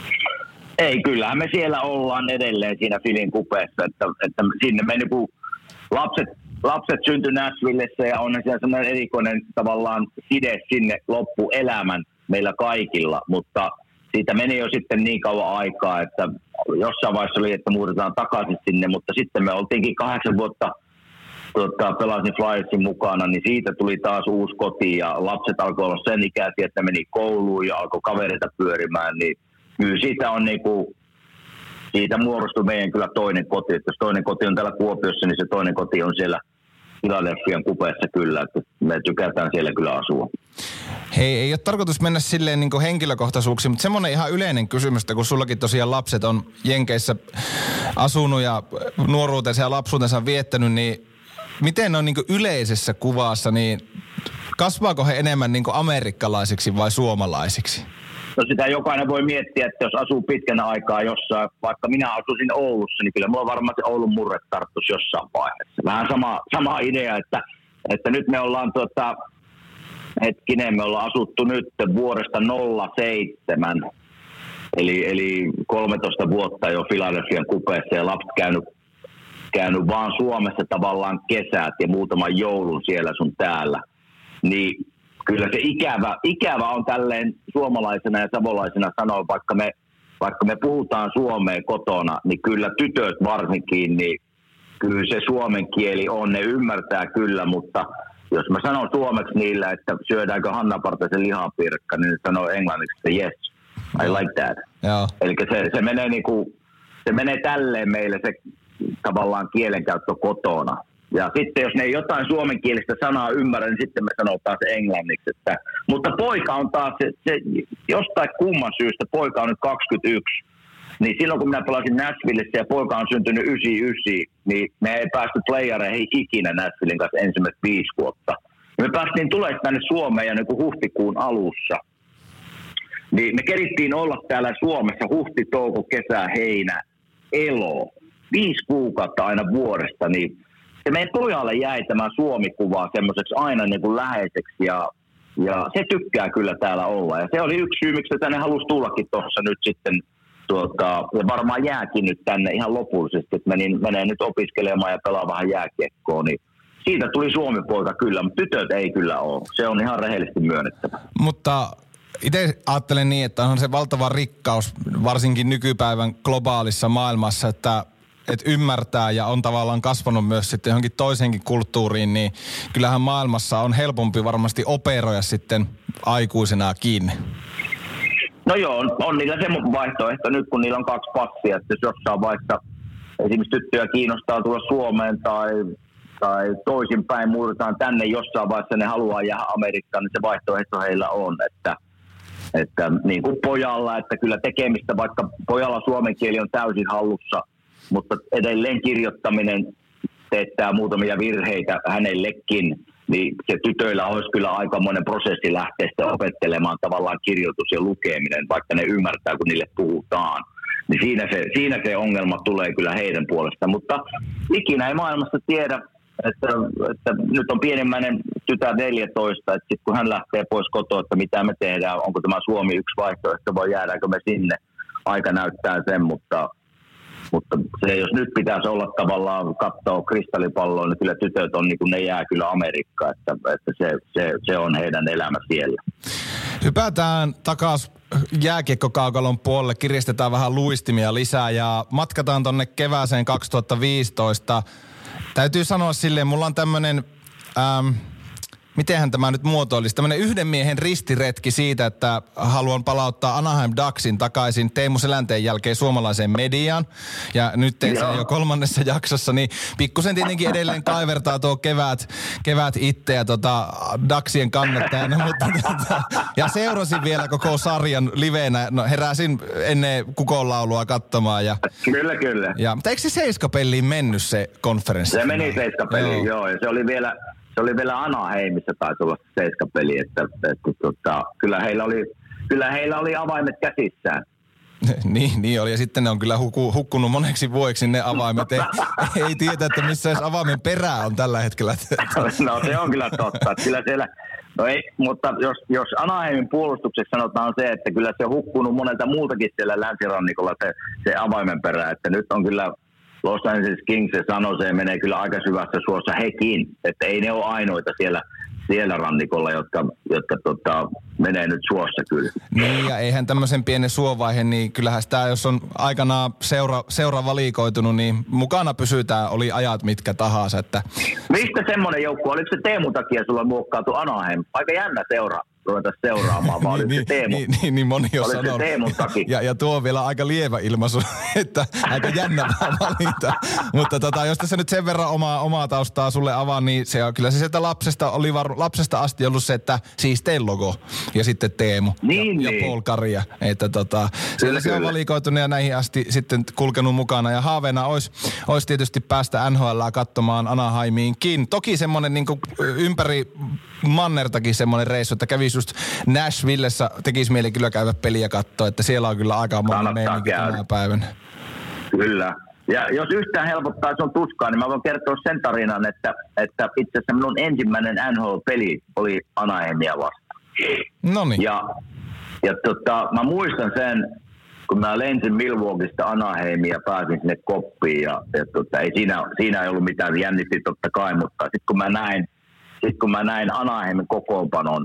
Ei, kyllähän me siellä ollaan edelleen siinä Filin kupeessa, että, että sinne me niinku lapset, lapset syntyi Nashvillessä ja on siellä sellainen erikoinen tavallaan side sinne loppuelämän meillä kaikilla, mutta siitä meni jo sitten niin kauan aikaa, että jossain vaiheessa oli, että muutetaan takaisin sinne, mutta sitten me oltiinkin kahdeksan vuotta Tota, pelasin Flyersin mukana, niin siitä tuli taas uusi koti ja lapset alkoi olla sen ikäisiä, että meni kouluun ja alkoi kavereita pyörimään, niin kyllä siitä on niinku, siitä muodostui meidän kyllä toinen koti, että jos toinen koti on täällä Kuopiossa, niin se toinen koti on siellä Philadelphian kupeessa kyllä, että me tykätään siellä kyllä asua. Hei, ei ole tarkoitus mennä silleen niin kuin henkilökohtaisuuksiin, mutta semmoinen ihan yleinen kysymys, että kun sullakin tosiaan lapset on Jenkeissä asunut ja nuoruutensa ja lapsuutensa viettänyt, niin miten on niin kuin yleisessä kuvassa, niin kasvaako he enemmän niin kuin amerikkalaisiksi vai suomalaisiksi? No sitä jokainen voi miettiä, että jos asuu pitkänä aikaa jossain, vaikka minä asuisin Oulussa, niin kyllä mulla varmaan se Oulun murre tarttuisi jossain vaiheessa. Vähän sama, sama idea, että, että nyt me ollaan tota, hetkinen, me ollaan asuttu nyt vuodesta nolla seitsemän, eli, eli kolmetoista vuotta jo Philadelphian kupeessa ja lapset käynyt käynyt vaan Suomessa tavallaan kesät ja muutaman joulun siellä sun täällä, niin kyllä se ikävä, ikävä on tälleen suomalaisena ja savolaisena sanoa, vaikka me, vaikka me puhutaan suomea kotona, niin kyllä tytöt varsinkin, niin kyllä se suomen kieli on, ne ymmärtää kyllä, mutta jos mä sanon suomeksi niillä, että syödäänkö Hanna Partasen lihapiirakka, niin ne sanoo englanniksi, että yes, I like that. Eli se, se menee niinku, se menee tälleen meille se tavallaan kielenkäyttö kotona. Ja sitten jos ne ei jotain suomenkielistä sanaa ymmärrä, niin sitten me sanotaan se englanniksi. Että, mutta poika on taas, se, se, jostain kumman syystä, poika on nyt kaksikymmentäyksi. Niin silloin kun minä pelasin Nashvillessä ja poika on syntynyt yhdeksänkymmentäyhdeksän, niin me ei päästy playareihin ikinä Nashvillen kanssa ensimmäiset viisi vuotta. Ja me päästiin tulemaan tänne Suomeen ja niin kuin huhtikuun alussa. Niin me kerittiin olla täällä Suomessa huhti, touko, kesä, heinä, elo. Viisi kuukautta aina vuodesta, niin se meidän pojalle jäi tämä Suomi-kuva semmoiseksi aina niin kuin läheiseksi ja, ja se tykkää kyllä täällä olla. Ja se oli yksi syy, miksi tänne halusi tullakin tuossa nyt sitten, tuota, ja varmaan jääkin nyt tänne ihan lopullisesti, että menin, menee nyt opiskelemaan ja pelaa vähän jääkiekkoa, niin siitä tuli Suomi-poika kyllä, mutta tytöt ei kyllä ole. Se on ihan rehellisesti myönnettävä. Mutta itse ajattelen niin, että on se valtava rikkaus, varsinkin nykypäivän globaalissa maailmassa, että että ymmärtää ja on tavallaan kasvanut myös sitten johonkin toisenkin kulttuuriin, niin kyllähän maailmassa on helpompi varmasti operoida sitten aikuisena kiinni. No joo, on, on niillä se vaihtoehto nyt, kun niillä on kaksi passia, että jos jossain vaiheessa esimerkiksi tyttöjä kiinnostaa tulla Suomeen tai, tai toisinpäin muutetaan tänne jossain vaiheessa ne haluaa jäädä Amerikkaan, niin se vaihtoehto heillä on, että että niin kuin pojalla, että kyllä tekemistä, vaikka pojalla suomen kieli on täysin hallussa, mutta edelleen kirjoittaminen teettää muutamia virheitä hänellekin, niin se tytöillä olisi kyllä aikamoinen prosessi lähteä sitä opettelemaan tavallaan kirjoitus ja lukeminen, vaikka ne ymmärtää, kun niille puhutaan. Niin siinä se, siinä se ongelma tulee kyllä heidän puolestaan, mutta ikinä ei maailmassa tiedä, että, että nyt on pienimmäinen tytär neljätoista, että sitten kun hän lähtee pois kotoa, että mitä me tehdään, onko tämä Suomi yksi vaihtoehto vai jäädäänkö me sinne, aika näyttää sen, mutta Mutta se, jos nyt pitäisi olla tavallaan katsoa kristallipalloa, niin kyllä tytöt on, niin kuin ne jää kyllä Amerikkaan, että, että se, se, se on heidän elämä siellä. Hypätään takaisin jääkiekkokaukalon puolelle, kiristetään vähän luistimia lisää ja matkataan tonne kevääseen kaksituhattaviisitoista. Täytyy sanoa silleen, mulla on tämmönen... Ähm, mitenhän tämä nyt muotoilisi? Tämmöinen yhden miehen ristiretki siitä, että haluan palauttaa Anaheim Ducksin takaisin Teemu Selänteen jälkeen suomalaiseen mediaan. Ja nyt tein sen jo kolmannessa jaksossa, niin pikkusen tietenkin edelleen kaivertaa tuo kevät, kevät itseä tota Ducksien kannattajana. Mutta, tota, ja seurasin vielä koko sarjan liveenä. No, heräsin ennen kukonlaulua katsomaan. Ja, kyllä, kyllä. Ja, mutta eikö se seiskapeliin mennyt se konferenssi? Se meni seiskapeliin, joo. joo ja se oli vielä... Se oli vielä Anaheimissa taisi olla seiskapeli, että, että, että tota, kyllä, heillä oli, kyllä heillä oli avaimet käsissään. niin, niin oli. Ja sitten ne on kyllä huku, hukkunut moneksi vuodeksi ne avaimet. Ei, ei tiedä, että missä edes avaimen perää on tällä hetkellä. No se on kyllä totta. Kyllä siellä, no ei, mutta jos, jos Anaheimin puolustukseksi sanotaan se, että kyllä se on hukkunut monelta muultakin siellä länsirannikolla se, se avaimen perä. Että nyt on kyllä... Los Angeles Kings se sanoi, se menee kyllä aika syvässä suossa hekin, että ei ne ole ainoita siellä, siellä rannikolla, jotka, jotka tota, menee nyt suossa kyllä. Niin ja eihän tämmöisen pienen suovaihe, niin kyllähän sitä, jos on aikanaan seura, seura valikoitunut, niin mukana pysytään, oli ajat mitkä tahansa. Että... Mistä semmoinen joukkue, oliko se Teemun takia sulla muokkaatu Anaheim? Aika jännä seura. Ruveta seuraamaan, vaan niin, se Teemu. Niin, niin, niin moni on sanonut. Se Teemun takia. Ja, ja tuo on vielä aika lievä ilmaisu, että aika jännä valinta. Mutta tota, jos tässä nyt sen verran omaa, omaa taustaa sulle avaan, niin se on kyllä se sieltä lapsesta, oli var, lapsesta asti ollut se, että siis tein logo ja sitten Teemu niin, ja, niin. ja Paul Kariya. Että tota, siellä se on valikoitunut ja näihin asti sitten kulkenut mukana. Ja haaveena olisi, olisi tietysti päästä N H L:ää katsomaan Anaheimiinkin. Toki semmoinen niin kuin ympäri mannertakin semmoinen reissu, että kävisi just Nashvillessä, tekisi mieli kyllä käydä peliä katsoa, että siellä on kyllä aika monen meininki tänä päivänä. Kyllä. Ja jos yhtään helpottaa sun tuskaa, niin mä voin kertoa sen tarinan, että, että itse asiassa minun ensimmäinen N H L-peli oli Anaheimia vastaan. Noniin. Ja, ja tota, mä muistan sen, kun mä lensin Milwaukeesta Anaheimiin ja pääsin sinne koppiin ja, ja tota, ei siinä, siinä ei ollut mitään, jännitti totta kai, mutta sitten kun mä näin Sitten kun mä näin Anaheimin kokoonpanon,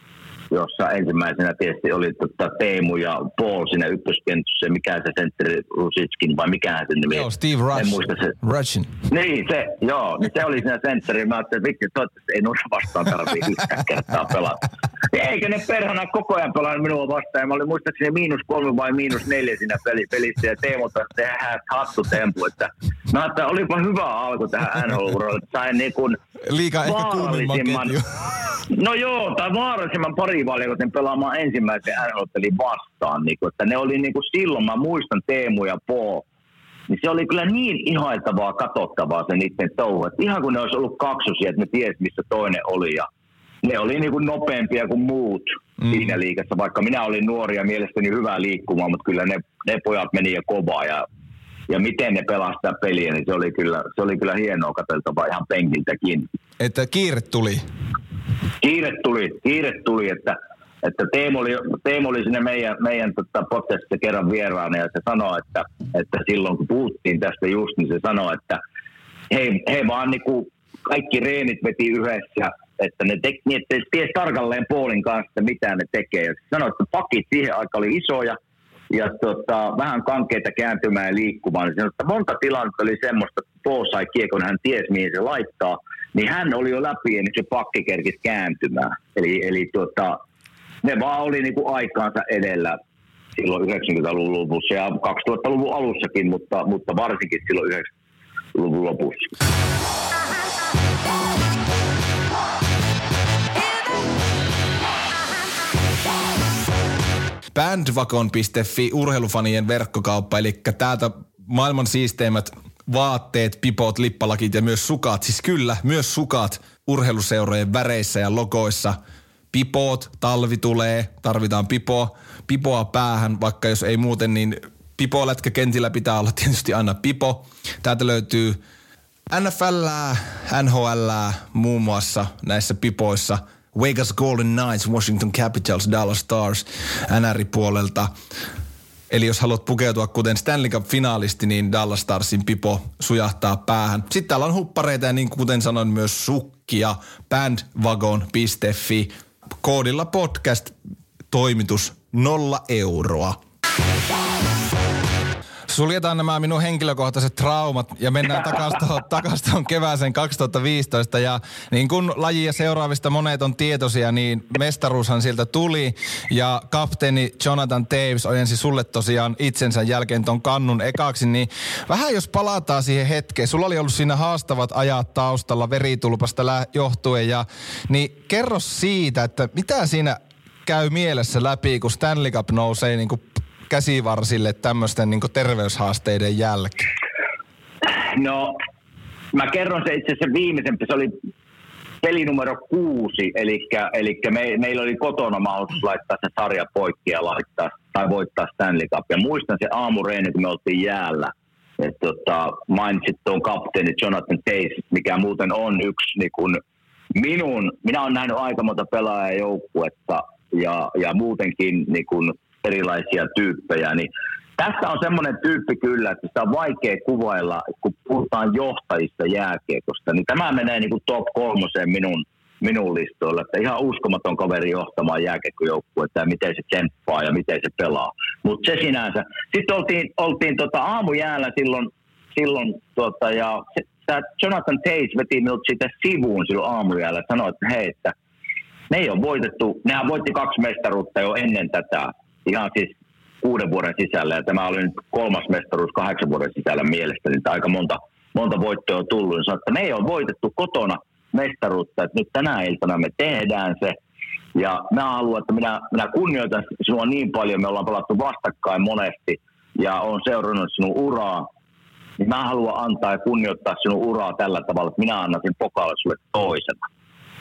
jossa ensimmäisenä tietysti oli tota Teemu ja Paul siinä ykköskentyssä, mikä se sentteri Rusitskin vai mikä se nimi. Joo, Steve Rush. En muista se. Rushin. Niin, se, joo, niin se oli siinä sentteri. Mä ajattelin, että vitsi, toivottavasti ei noita vastaan tarvitse yhtään kertaa pelata. Eikä ne perhana koko ajan pelannut minua vastaan. Ja mä olin muistaakseni miinus kolme vai miinus neljä siinä peli, pelissä. Ja Teemu taas tehdään hattutempu, että Mä ajattelin, olipa hyvä alku tähän N H L-uralle. Sain niin kuin liiga ehkä kuumimman ketju. No joo, tai vaarallisimman parivalikoiden pelaamaan ensimmäisen N H L-pelin vastaan. Niin kuin, että ne oli niin kuin silloin, mä muistan Teemu ja Po, niin se oli kyllä niin ihailtavaa, katsottavaa se niiden touhu. Että ihan kun ne olisi ollut kaksosia, että ne tiesi, missä toinen oli. Ja ne oli niin kuin nopeampia kuin muut mm. siinä liigassa, vaikka minä olin nuori ja mielestäni hyvää liikkumaan, mutta kyllä ne, ne pojat meni jo kovaa. Ja, ja miten ne pelastaa peliä, niin se oli kyllä, se oli kyllä hienoa katseltavaa ihan penkiltäkin. Että kiire tuli. Kiire tuli, kiire tuli, että, että Teemu oli, Teemu oli sinne meidän, meidän tota, podcastissa kerran vieraana ja se sanoi, että, että silloin kun puhuttiin tästä just, niin se sanoi, että he, he vaan niinku kaikki reenit veti yhdessä, että ne teki niin, että ties tarkalleen Paulin kanssa, että mitä ne tekee. Ja se sanoi, että pakit siihen aikaan oli isoja ja tota, vähän kankeita kääntymään ja liikkumaan. Se sanoi, että monta tilannetta oli semmoista, että Paul sai kiekon, hän tiesi mihin se laittaa. Niin hän oli jo läpi ja niin se pakki kerkisi kääntymään. Eli, eli tuota, ne vaan oli niinku aikaansa edellä silloin yhdeksänkymmentäluvun lopussa ja kaksituhattaluvun alussakin, mutta, mutta varsinkin silloin yhdeksänkymmentäluvun lopussa. Bandwagon piste fi urheilufanien verkkokauppa, eli täältä maailman siisteimmät vaatteet, pipot, lippalakit ja myös sukat. Siis kyllä, myös sukat urheiluseurojen väreissä ja logoissa. Pipot, talvi tulee, tarvitaan pipo, pipoa päähän, vaikka jos ei muuten, niin pipolätkäkentillä pitää olla tietysti aina pipo. Täältä löytyy N F L, N H L muun muassa näissä pipoissa. Vegas Golden Knights, Washington Capitals, Dallas Stars, N R-puolelta. Eli jos haluat pukeutua kuten Stanley Cup-finaalisti, niin Dallas Starsin pipo sujahtaa päähän. Sitten täällä on huppareita ja niin kuten sanoin myös sukkia. Bandwagon piste fi. Koodilla podcast toimitus nolla euroa. Suljetaan nämä minun henkilökohtaiset traumat ja mennään takaisin takas tuohon kevääseen kaksituhattaviisitoista. Ja niin kuin lajia seuraavista monet on tietoisia, niin mestaruushan sieltä tuli. Ja kapteeni Jonathan Toews ojensi sulle tosiaan itsensä jälkeen ton kannun ekaksi. Niin vähän jos palataan siihen hetkeen. Sulla oli ollut siinä haastavat ajat taustalla veritulpasta johtuen. Ja, niin kerro siitä, että mitä siinä käy mielessä läpi, kun Stanley Cup nousee niin kuin käsivarsille tämmöisten niin kuin terveyshaasteiden jälkeen? No, mä kerron se itse asiassa viimeisempi. Se oli peli numero kuusi, eli, eli me, meillä oli kotona mahdollisuus laittaa se sarja poikki ja laittaa, tai voittaa Stanley Cup. Ja muistan se aamureeni, kun me oltiin jäällä. Et, tota, mainitsit tuon kapteeni Jonathan Toews, mikä muuten on yksi niin kun minun, minä olen nähnyt aika monta pelaajajoukkuetta ja, ja muutenkin niin kun erilaisia tyyppejä, niin tässä on semmoinen tyyppi kyllä, että sitä on vaikea kuvailla, kun puhutaan johtajista jääkiekosta, niin tämä menee niin kuin top kolmoseen minun, minun listoilla, että ihan uskomaton kaveri johtamaan jääkiekkojoukkuetta ja miten se tsemppaa ja miten se pelaa. Mutta se sinänsä. Sitten oltiin, oltiin tota aamujäällä silloin, silloin tota, ja se, Jonathan Toews veti minut siitä sivuun silloin aamujäällä ja sanoi, että hei, että me ei ole voitettu, nehän voitti kaksi mestaruutta jo ennen tätä, ihan siis kuuden vuoden sisällä, ja tämä oli nyt kolmas mestaruus kahdeksan vuoden sisällä mielestäni, että aika monta, monta voittoa on tullut. Niin että me ei ole voitettu kotona mestaruutta, että nyt tänä iltana me tehdään se, ja mä haluan, että minä, minä kunnioitan sinua niin paljon, me ollaan pelattu vastakkain monesti, ja on seurannut sinun uraa, niin mä haluan antaa ja kunnioittaa sinun uraa tällä tavalla, että minä annan sen pokaalle sulle toisena.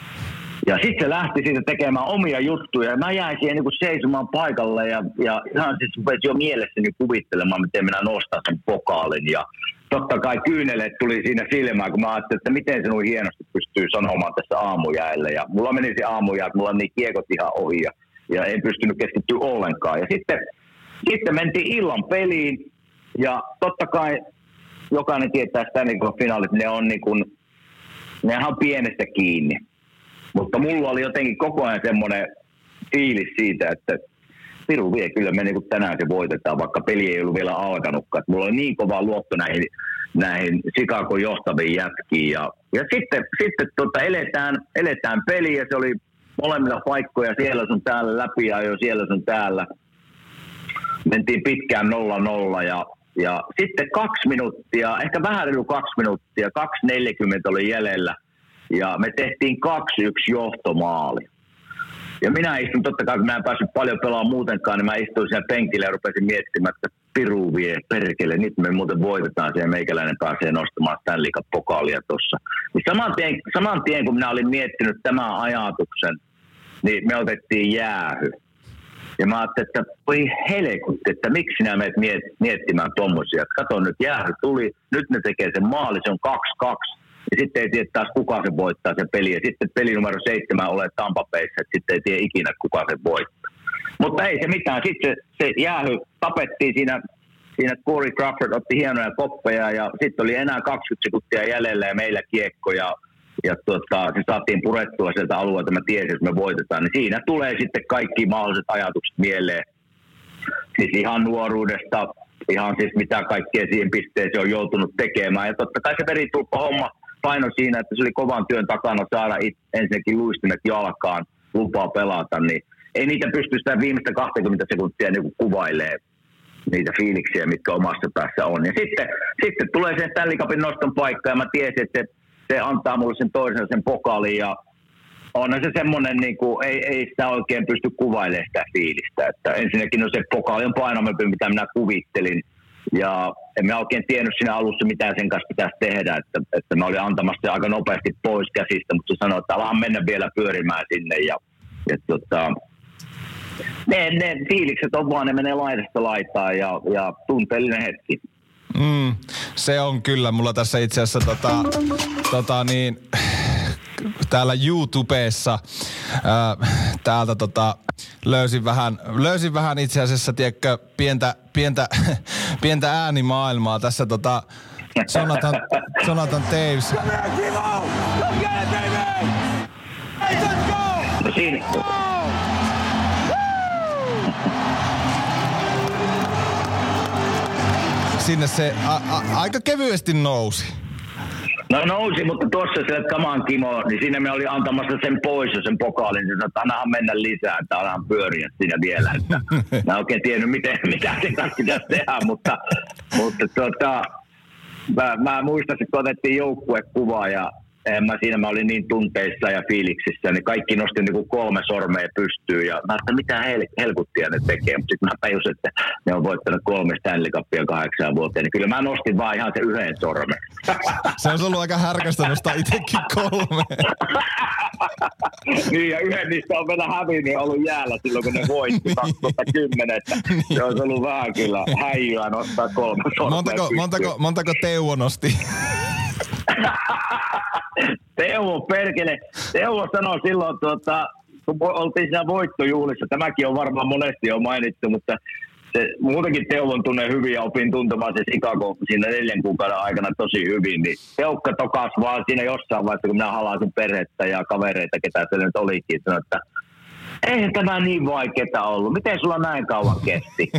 Ja sitten se lähti siitä tekemään omia juttuja, ja mä jäin siihen niin seisomaan paikalle, ja, ja ihan siis rupesin jo mielessäni kuvittelemaan, miten minä nostan sen pokaalin, ja totta kai kyyneleet tuli siinä silmään, kun mä ajattelin, että miten se noin hienosti pystyy sanomaan tässä aamujäällä, ja mulla meni se aamujää, että mulla on niin kiekot ihan ohi, ja, ja en pystynyt keskittyä ollenkaan, ja sitten, sitten mentiin illan peliin, ja totta kai jokainen tietää Stanley Cup-finaalit, ne on niin kuin, nehän on pienestä kiinni. Mutta mulla oli jotenkin koko ajan semmoinen fiilis siitä, että piru vie, kyllä me niin tänään se voitetaan, vaikka peli ei ollut vielä alkanutkaan. Mulla oli niin kova luotto näihin, näihin Chicagon johtaviin jätkiin. Ja, ja sitten, sitten tota, eletään, eletään peliä, se oli molemmilla paikkoja, siellä sun täällä läpi ja jo siellä sun täällä. Mentiin pitkään nolla nolla ja, Ja sitten kaksi minuuttia, ehkä vähän reilu kaksi minuuttia, kaksi neljäkymmentä oli jäljellä. Ja me tehtiin kaksi yksi johtomaali. Ja minä istun, totta kai kun mä en päässyt paljon pelaamaan muutenkaan, niin mä istuin siellä penkillä ja rupesin miettimään, että piru vie, perkele, nyt me muuten voitetaan siellä, meikäläinen pääsee nostamaan Stanley Cup-pokaalia tuossa. Niin saman tien, saman tien, kun minä olin miettinyt tämän ajatuksen, niin me otettiin jäähy. Ja mä ajattelin, että voi helkutti, että miksi sinä menet miet- miettimään tommosia. Kato nyt, jäähy tuli, nyt ne tekee sen maali, se on kaksi kaksi. Ja sitten ei tiedä taas kuka se voittaa se peli. Ja sitten peli numero seitsemän ole Tampa Bayssa, että sitten ei tiedä ikinä kuka se voittaa. Mutta ei se mitään. Sitten se, se jäähy tapettiin siinä, siinä Corey Crawford otti hienoja koppeja ja sitten oli enää kaksikymmentä sekuntia jäljellä ja meillä kiekko ja, ja tuota, se saatiin purettua sieltä alueelta. Mä tiesin, että me voitetaan. Niin siinä tulee sitten kaikki mahdolliset ajatukset mieleen. Siis ihan nuoruudesta, ihan siis mitä kaikkea siihen pisteeseen on joutunut tekemään. Ja totta kai se veritulppa homma paino siinä, että se oli kovan työn takana saada it, ensinnäkin luistimet jalkaan, lupaa pelata, niin ei niitä pysty sitä viimeistä kaksikymmentä sekuntia niin kuvailemaan niitä fiiliksiä, mitkä omassa päässä on. Ja sitten, sitten tulee sen Stanley Cupin noston paikka, ja mä tiesin, että se, se antaa mulle sen toisen sen pokaalin, ja onhan se semmoinen, niin kuin, ei, ei sitä oikein pysty kuvailemaan sitä fiilistä. Että ensinnäkin no se pokaali on painavampi, mitä minä kuvittelin, ja en mä oikein tiennyt siinä alussa, mitä sen kanssa pitäisi tehdä, että, että mä olin antamassa se aika nopeasti pois käsistä, mutta se sanoi, että alahan mennä vielä pyörimään sinne, ja, ja tota, ne, ne fiilikset on vaan, ne menee laidasta laitaan, ja, ja tunteellinen hetki. Mm, se on kyllä, mulla tässä itse asiassa tota, tota niin, täällä YouTubessa ää, täältä tota, löysin vähän, löysin vähän itse asiassa, tiedätkö, pientä, pientä, pientä äänimaailmaa tässä tota, Jonathan, Jonathan Toews. No siinä. Sinne se a, a, aika kevyesti nousi. No nousi, mutta tuossa se, että come on Kimo, niin siinä me oli antamassa sen pois ja sen pokaalin, niin sanoi, että annahan mennä lisää, että annahan pyöriä siinä vielä. Että mä en oikein tiennyt, miten, mitä se kanssa pitäisi tehdä, mutta, mutta tuota, mä, mä muistan, että otettiin joukkuekuvaa ja mä siinä mä olin niin tunteissa ja fiiliksissä, niin kaikki nosti niin kuin kolme sormea pystyyn ja mä ajattelin, mitä hel- helkuttia ne tekee, mutta sitten mä tajusin, että ne on voittanut kolme Stanley Cupia kahdeksaan vuoteen, niin kyllä mä nostin vaan ihan se yhden sormen. Se on ollut aika härkästä nostaa itsekin kolme. Niin, ja yhden niistä on vielä hävinnyt ja ollut jäällä silloin, kun ne voitti kaksituhattakymmenen. Se on ollut vähän kyllä häijyä nostaa kolme sormea montako, montako, montako Teuvo nosti? Teuvo perkele. Teuvo sanoi silloin, tuota, kun oltiin siinä voittojuhlissa, tämäkin on varmaan monesti jo mainittu, mutta se, muutenkin Teuvon tunne hyvin ja opin tuntemaan se Chicago siinä neljän kuukauden aikana tosi hyvin, niin Teukka tokas vaan siinä jossain vaiheessa, kun minä halasin perhettä ja kavereita, ketä se nyt olikin, sanoi, että eihän tämä niin vaikeaa ollut. Miten sulla näin kauan kesti?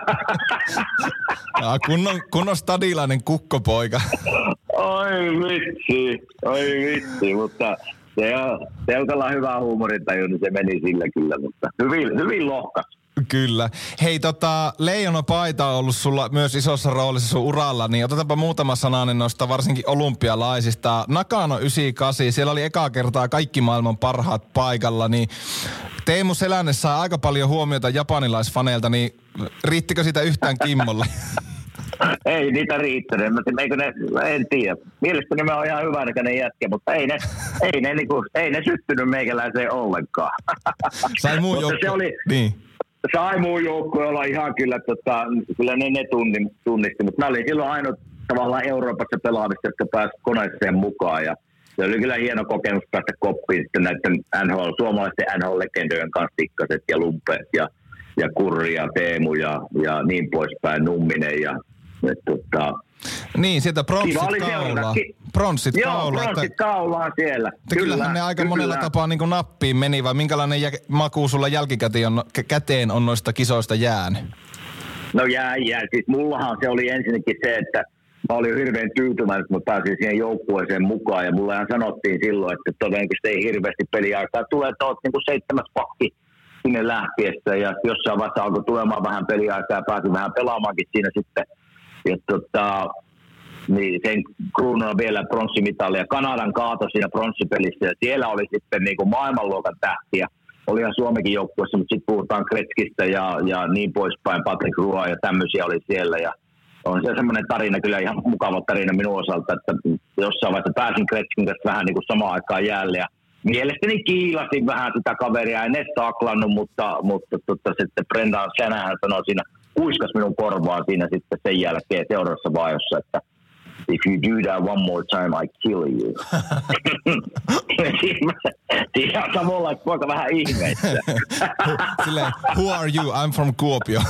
Ja, kunnon, kunnon stadilainen kukkopoika. Oi vitsi, oi vitsi, mutta se on, Teukalla on hyvä huumorintaju, niin se meni sillä kyllä, mutta hyvin, hyvin lohkas. Kyllä. Hei, tota, leijonapaita on ollut sulla myös isossa roolissa sun uralla, niin otetaanpa muutama sananen noista varsinkin olympialaisista. Nakano yhdeksänkymmentäkahdeksan, siellä oli ekaa kertaa kaikki maailman parhaat paikalla, niin Teemu Selänne saa aika paljon huomiota japanilaisfaneilta, niin riittikö sitä yhtään Kimmolle? Ei niitä riittänyt. Eikö ne, en tiedä. Mielestäni me on ihan hyvänäköinen jätkä, mutta ei ne, ei ne, niinku, ei ne syttynyt meikäläiseen ollenkaan. Sai muu joukko. Se oli, niin. Sai muu joukko olla ihan kyllä, tota, kyllä ne, ne tunni, tunnisti, mutta mä olin silloin ainut tavallaan Euroopassa pelaavista, jotka pääsi koneeseen mukaan ja se oli kyllä hieno kokemus päästä koppiin sitten näiden N H L, suomalaisten N H L-legendojen kanssa, Tikkaset ja Lumpeet ja, ja Kurri ja Teemu ja, ja niin poispäin, Numminen ja et, tota, niin, sieltä pronssit kaulaa. Pronssit Joo, kaulaa. pronssit kaulaan siellä. Kyllä, kyllähän ne aika kyllä. monella tapaa niin kuin nappiin meni, vai minkälainen jä- maku sulla jälkikäteen on, käteen on noista kisoista jäänyt? No jää, jää. Siis mullahan se oli ensinnäkin se, että mä olin hirveän tyytyväinen, että mä pääsin siihen joukkueeseen mukaan. Ja mullehan sanottiin silloin, että todennäköisesti ei hirveästi peliaikaa tulee, että oot niin kuin seitsemäs pakki sinne lähtiessä. Ja jossain vaiheessa alkoi tulemaan vähän peliaikaa ja pääsin vähän pelaamaankin siinä sitten. ja tota, niin sen kruununa vielä pronssimitali ja Kanadan kaato siinä pronssipelissä ja siellä oli sitten niin kuin maailmanluokan tähtiä. Olihan Suomenkin joukkueessa, mutta sitten puhutaan Gretzkistä ja, ja niin poispäin, Patrick Roy ja tämmöisiä oli siellä ja on se semmoinen tarina, kyllä ihan mukava tarina minun osalta, että jossain vaiheessa pääsin Gretzkin kanssa vähän niin kuin samaan aikaan jäälle ja mielestäni kiilasin vähän sitä kaveria, en edes taklannut, mutta, mutta tota, sitten Brendan Shanahan sanoi siinä, kuiskas minun korvaan siinä sitten sen jälkeen seuraavassa vaiheessa, että if you do that one more time, I kill you. Siinä on samalla, että poika vähän ihmeessä. Silleen, who are you? I'm from Kuopio.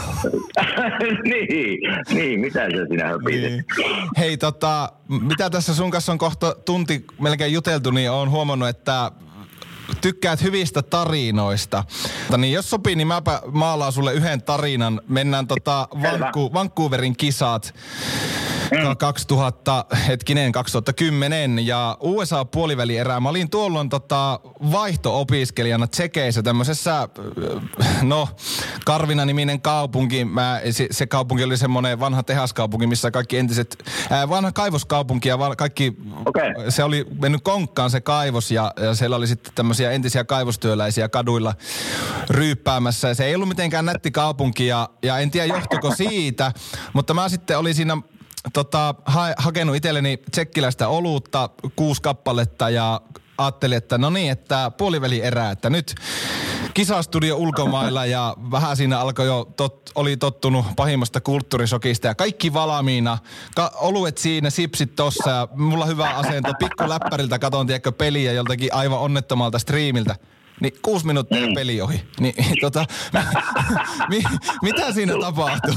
niin, niin, mitä se sinä höpiset? Niin. Hei, tota, mitä tässä sun kanssa on kohta tunti melkein juteltu, niin oon huomannut, että tykkäät hyvistä tarinoista. Niin jos sopii, niin mäpä maalaan sulle yhden tarinan. Mennään tota Vanku, Vancouverin kisat. Mm. kaksituhatta, hetkinen, kaksituhattakymmenen ja U S A-puolivälierää. Mä olin tuolloin tota vaihto-opiskelijana Tsekeissä tämmöisessä, no, Karvina-niminen kaupunki. Mä, se, se kaupunki oli semmoinen vanha tehaskaupunki, missä kaikki entiset, ää, vanha kaivoskaupunki ja kaikki, okay. Se oli mennyt konkkaan se kaivos ja, ja siellä oli sitten tämmöisiä entisiä kaivostyöläisiä kaduilla ryyppäämässä. Ja se ei ollut mitenkään nätti kaupunki ja, ja en tiedä johtuiko siitä, mutta mä sitten olin siinä Tota, ha- hakenut itselleni tsekkiläistä olutta, kuusi kappaletta ja ajattelin, että no niin, että puoliväli erää, että nyt kisastudio ulkomailla ja vähän siinä alkoi jo, tot, oli tottunut pahimmasta kulttuurisokista ja kaikki valmiina. Ka- oluet siinä, sipsit tossa ja mulla hyvä asento, pikku läppäriltä katon, tiedätkö, peliä joltakin aivan onnettomalta striimiltä. Niin kuusi minuuttia mm. peli ohi. Niin tota, mi, mitä siinä tapahtui?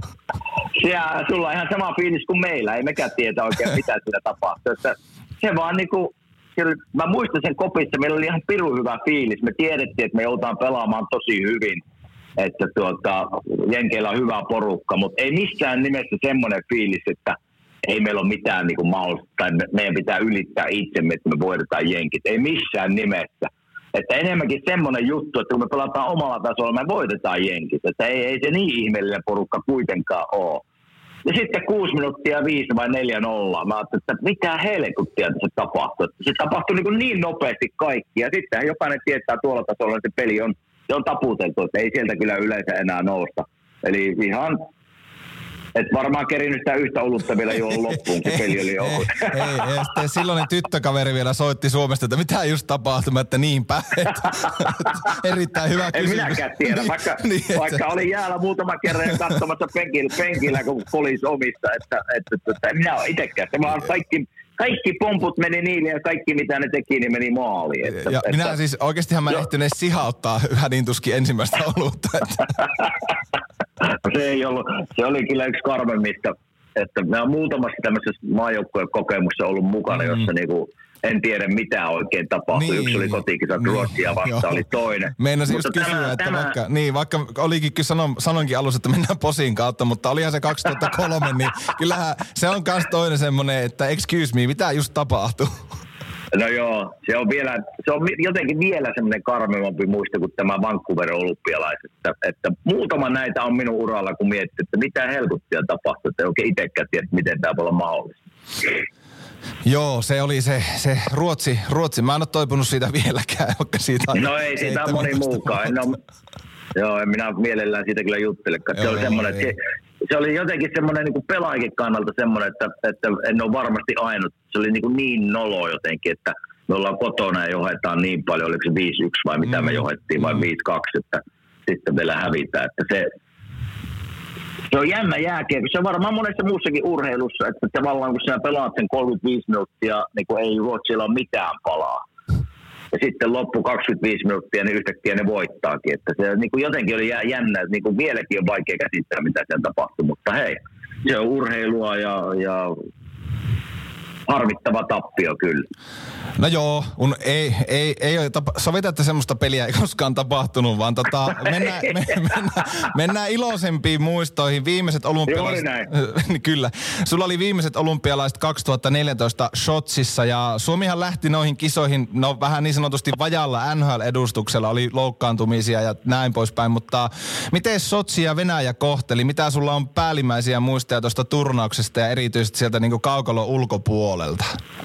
Ja sulla on ihan sama fiilis kuin meillä. Ei mekään tiedä oikein, mitä siinä tapahtuu. Että se vaan niinku, mä muistan sen kopissa, meillä oli ihan pirun hyvä fiilis. Me tiedettiin, että me joudutaan pelaamaan tosi hyvin. Että tuota, Jenkeillä on hyvä porukka, mutta ei missään nimessä semmoinen fiilis, että ei meillä ole mitään niinku mahdollista, tai meidän pitää ylittää itsemme, että me voitetaan Jenkit. Ei missään nimessä. Että enemmänkin semmoinen juttu, että kun me pelataan omalla tasolla, me voitetaan Jenkit. Että ei, ei se niin ihmeellinen porukka kuitenkaan ole. Ja sitten kuusi minuuttia, viisi vai neljä nolla. Mä ajattelin, että mitä helkuttia se tapahtui. Se tapahtui niin, niin nopeasti kaikki. Ja sittenhän jokainen tietää tuolla tasolla, että se peli on, se on taputeltu. Että ei sieltä kyllä yleensä enää nousta. Eli ihan... Et varmaan kerinyt sitä yhtä olutta vielä jo loppuun, kun peli oli ohi. Ei, ei, ja sitten silloinen tyttökaveri vielä soitti Suomesta, että mitä just tapahtui, että niinpä. Erittäin hyvä kysymys. En minäkään tiedä, vaikka, niin, vaikka että... olin jäällä muutama kerran katsomassa penkillä, penkillä kun poliisi omista, että, että, että, että en minä ole itsekään. Se vaan kaikki... Kaikki pomput meni niille ja kaikki mitä ne teki, niin meni maaliin. Että, ja että, minä siis oikeastihan mä ehtin edes sihauttaa hädin tuskin ensimmäistä olutta. se ei ollut, se oli kyllä yksi karmemmista, että mä oon muutamassa tämmöisessä maajoukkueen kokemuksessa ollut mukana, mm. jossa niinku en tiedä mitä oikein tapahtui. Niin. Yksi oli kotikisat niin. Ruotsia vastaan, oli toinen. Meinasin just kysyä, tämä, että tämä... Vaikka, niin, vaikka olikin kyllä sanon, sanoinkin alussa, että mennään posin kautta, mutta olihan se kaksituhattakolme, niin kyllähän se on myös toinen semmoinen, että excuse me, mitä just tapahtui? No joo, se on vielä, se on jotenkin vielä semmoinen karmevampi muisto kuin tämä Vancouver olympialaiset. Että, että muutama näitä on minun uralla, kun miettii, että mitä helkuttia tapahtui, että ei oikein itsekään tiedä, miten tämä voi olla mahdollista. Joo, se oli se, se Ruotsi, Ruotsi. Mä en ole toipunut siitä vieläkään, vaikka siitä on... No ei, siitä on moni muukaan. En ole, joo, en minä mielellään siitä kyllä juttelekaan. Se oli semmoinen, että se, se oli jotenkin semmoinen niin kuin pelaajan kannalta semmoinen, että, että en ole varmasti ainut. Se oli niin, kuin niin nolo jotenkin, että me ollaan kotona ja johdetaan niin paljon, oliko se viisi yksi vai mitä mm. me johdettiin, vai viisi kaksi, että sitten meillä hävitään. Että se, se on jännä jääkiekko. Se on varmaan monessa muussakin urheilussa, että tavallaan kun sinä pelaat sen kolmekymmentäviisi minuuttia, niin kuin ei Ruotsilla ole mitään palaa. Ja sitten loppu kaksikymmentäviisi minuuttia, niin yhtäkkiä ne voittaakin. Että se niin kuin jotenkin oli jännä, että niin kuin vieläkin on vaikea käsittää, mitä siellä tapahtui. Mutta hei, se on urheilua ja, ja harmittava tappio kyllä. No joo, un, ei, ei, ei ole tapa, sovita, että semmoista peliä ei koskaan tapahtunut, vaan tota, mennään, me, mennään, mennään iloisempiin muistoihin. Viimeiset olympialaiset... Kyllä. Sulla oli viimeiset olympialaiset kaksituhattaneljätoista Sotsissa ja Suomihan lähti noihin kisoihin, no vähän niin sanotusti vajalla N H L-edustuksella, oli loukkaantumisia ja näin poispäin, mutta miten Sotsi ja Venäjä kohteli? Mitä sulla on päällimmäisiä muistoja tuosta turnauksesta ja erityisesti sieltä niin kuin kaukalon ulkopuolelta?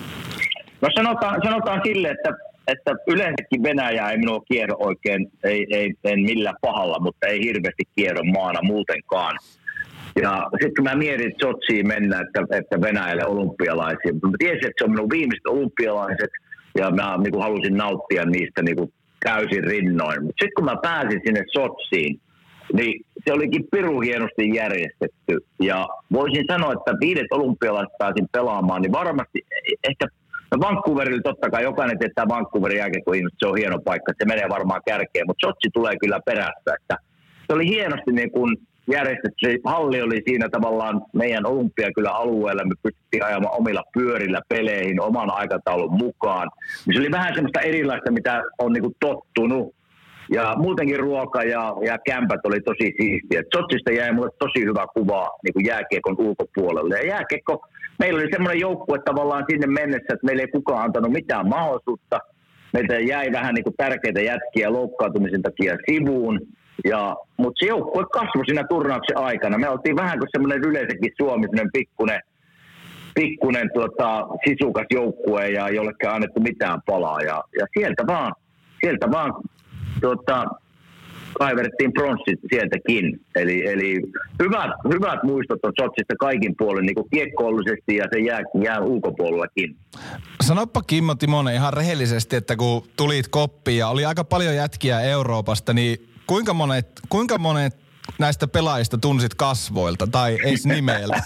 No sanotaan, sanotaan sille, että, että yleensäkin Venäjä ei minua kierro oikein, ei, ei, en millään pahalla, mutta ei hirveästi kierro maana muutenkaan. Ja sitten kun mä mietin Sotsiin mennä, että, että Venäjälle olympialaisiin, mutta mä tiesin, että se on minun viimeiset olympialaiset ja mä niin kuin halusin nauttia niistä niin kuin täysin rinnoin. Mutta sitten kun mä pääsin sinne Sotsiin, niin se olikin pirun hienosti järjestetty. Ja voisin sanoa, että viidet olympialaiset pääsin pelaamaan, niin varmasti ehkä no Vancouverilla totta kai jokainen tietää Vancouverin jälkeen, kun se on hieno paikka, että se menee varmaan kärkeen, mutta Sotsi tulee kyllä perässä. Että se oli hienosti niin kuin järjestetty. Se halli oli siinä tavallaan meidän olympiakylän alueella. Me pystyttiin ajamaan omilla pyörillä peleihin oman aikataulun mukaan. Se oli vähän semmoista erilaista, mitä on niin kuin tottunut. Ja muutenkin ruoka ja, ja kämpät oli tosi siistiä. Sotsista jäi mulle tosi hyvä kuva niin kuin jääkiekon ulkopuolelle. Ja jääkiekko, meillä oli semmoinen joukkue tavallaan sinne mennessä, että meillä ei kukaan antanut mitään mahdollisuutta. Meiltä jäi vähän niin kuin tärkeitä jätkiä loukkaantumisen takia sivuun. Ja, mutta se joukkue kasvoi siinä turnauksen aikana. Me oltiin vähän kuin semmoinen yleensäkin Suomi, semmoinen pikkunen, pikkunen tuota, sisukas joukkue ja jollekään annettu mitään palaa. Ja, ja sieltä vaan, sieltä vaan tuota, kaiverrettiin pronssit sieltäkin. Eli, eli hyvät, hyvät muistot on Sotsista kaikin puolin, niin kuin kiekkoillisesti ja se jää, jää ulkopuolellakin. Sanoppa Kimmo Timonen ihan rehellisesti, että kun tulit koppiin ja oli aika paljon jätkiä Euroopasta, niin kuinka monet, kuinka monet näistä pelaajista tunsit kasvoilta tai edes nimeltä?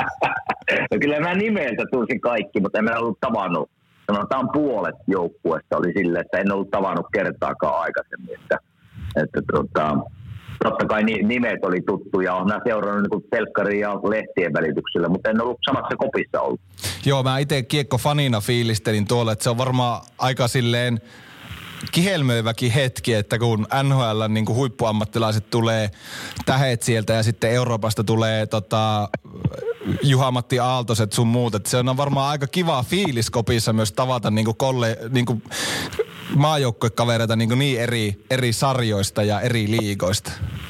No kyllä mä nimeltä tunsin kaikki, mutta en ollut tavannut. Sanotaan puolet joukkueesta oli sille, että en ollut tavannut kertaakaan aikaisemmin. Että, että tota, totta kai nimet oli tuttuja, olen mä seurannut niin telkkarin ja lehtien välityksellä, mutta en ollut samassa kopissa ollut. Joo, mä itse kiekko-fanina fiilistelin tuolla, että se on varmaan aika silleen kihelmöiväkin hetki, että kun N H L niin kuin huippuammattilaiset tulee tähet sieltä ja sitten Euroopasta tulee tota, Juha-Matti Aaltoset sun muut, että se on varmaan aika kiva fiilis kopissa myös tavata niin kuin kolle, niin kuin maajoukkuekavereita niin, kuin niin eri, eri sarjoista ja eri liigoista.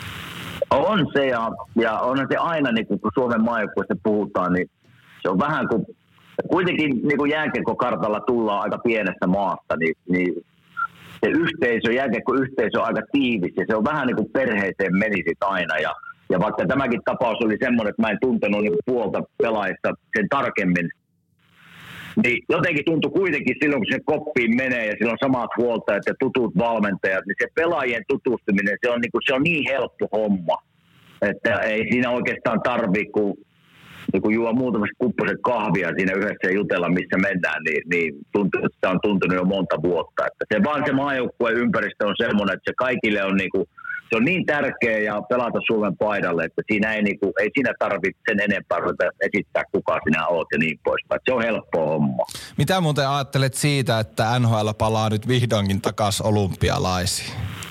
On se ja, ja onhan se aina, niin kun Suomen maajoukkueesta puhutaan, niin se on vähän kuin, kuitenkin niin kuin jääkiekkokartalla tullaan aika pienestä maasta, niin, niin se yhteisö, jääkiekkoyhteisö on aika tiivis ja se on vähän niin kuin perheeseen menisit aina. Ja, ja vaikka tämäkin tapaus oli semmoinen, että mä en tuntenut niin puolta pelaajista sen tarkemmin, niin jotenkin tuntui kuitenkin silloin, kun se koppiin menee ja sillä on samat huoltajat ja tutut valmentajat, niin se pelaajien tutustuminen, se on niin, kuin, se on niin helppo homma, että ei siinä oikeastaan tarvitse, kun kun juo muutamat kupposet kahvia siinä yhdessä ja jutella, missä mennään, niin, niin tuntuu, että sitä on tuntunut jo monta vuotta. Että se vaan se maajoukkueen ympäristö on semmoinen, että se kaikille on, niin kuin, se on niin tärkeä ja pelata Suomen paidalle, että siinä ei, niin kuin, ei siinä tarvitse sen enempää esittää, kuka sinä oot ja niin poispäin. Se on helppo homma. Mitä muuten ajattelet siitä, että N H L palaa nyt vihdoinkin takaisin olympialaisiin?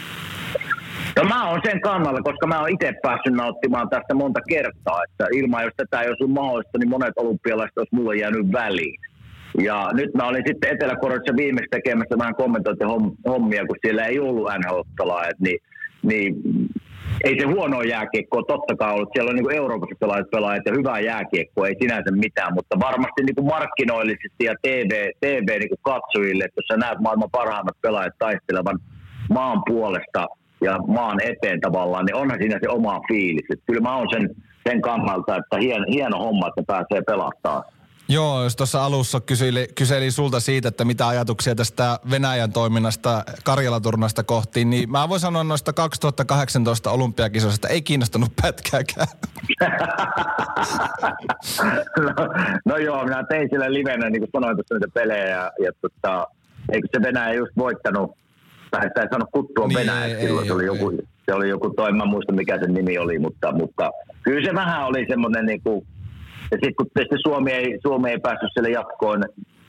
No mä oon sen kannalla, koska mä oon itse päässyt nauttimaan tästä monta kertaa, että ilman jos tätä ei olisi mahdollista, niin monet olympialaiset olisi mulle jäänyt väliin. Ja nyt mä olin sitten Etelä-Koreassa viimeksi tekemässä vähän kommentointihommia, kun siellä ei ollut N H L-pelaajat, niin, niin ei se huonoa jääkiekkoa totta kai ollut. Siellä on niin kuin Euroopassa pelaajat pelaajat ja hyvää jääkiekkoa, ei sinänsä mitään, mutta varmasti niin kuin markkinoillisesti ja T V, T V niin kuin katsojille, että jos sä näet maailman parhaimmat pelaajat taistelevan maan puolesta ja maan eteen tavallaan, niin onhan siinä se oma fiilis. Että kyllä mä oon sen, sen kannalta, että hien, hieno homma, että pääsee pelastamaan. Joo, jos tuossa alussa kyseli, kyseli sulta siitä, että mitä ajatuksia tästä Venäjän toiminnasta Karjala-turnasta kohtiin, niin mä voin sanoa noista kaksituhattakahdeksantoista olympiakisoista, ei kiinnostanut pätkääkään. no, no joo, minä tein siellä livenä, niin kuin sanoin tuossa niitä pelejä, ja, ja tota, eikö se Venäjä just voittanut, tai sitä ei saanut kuttua niin, Venäjä silloin, ei, se, oli joku, se oli joku toi, mä muista mikä sen nimi oli, mutta, mutta kyllä se vähän oli semmoinen niin kuin, ja sitten kun Suomi ei, Suomi ei päässyt sille jatkoon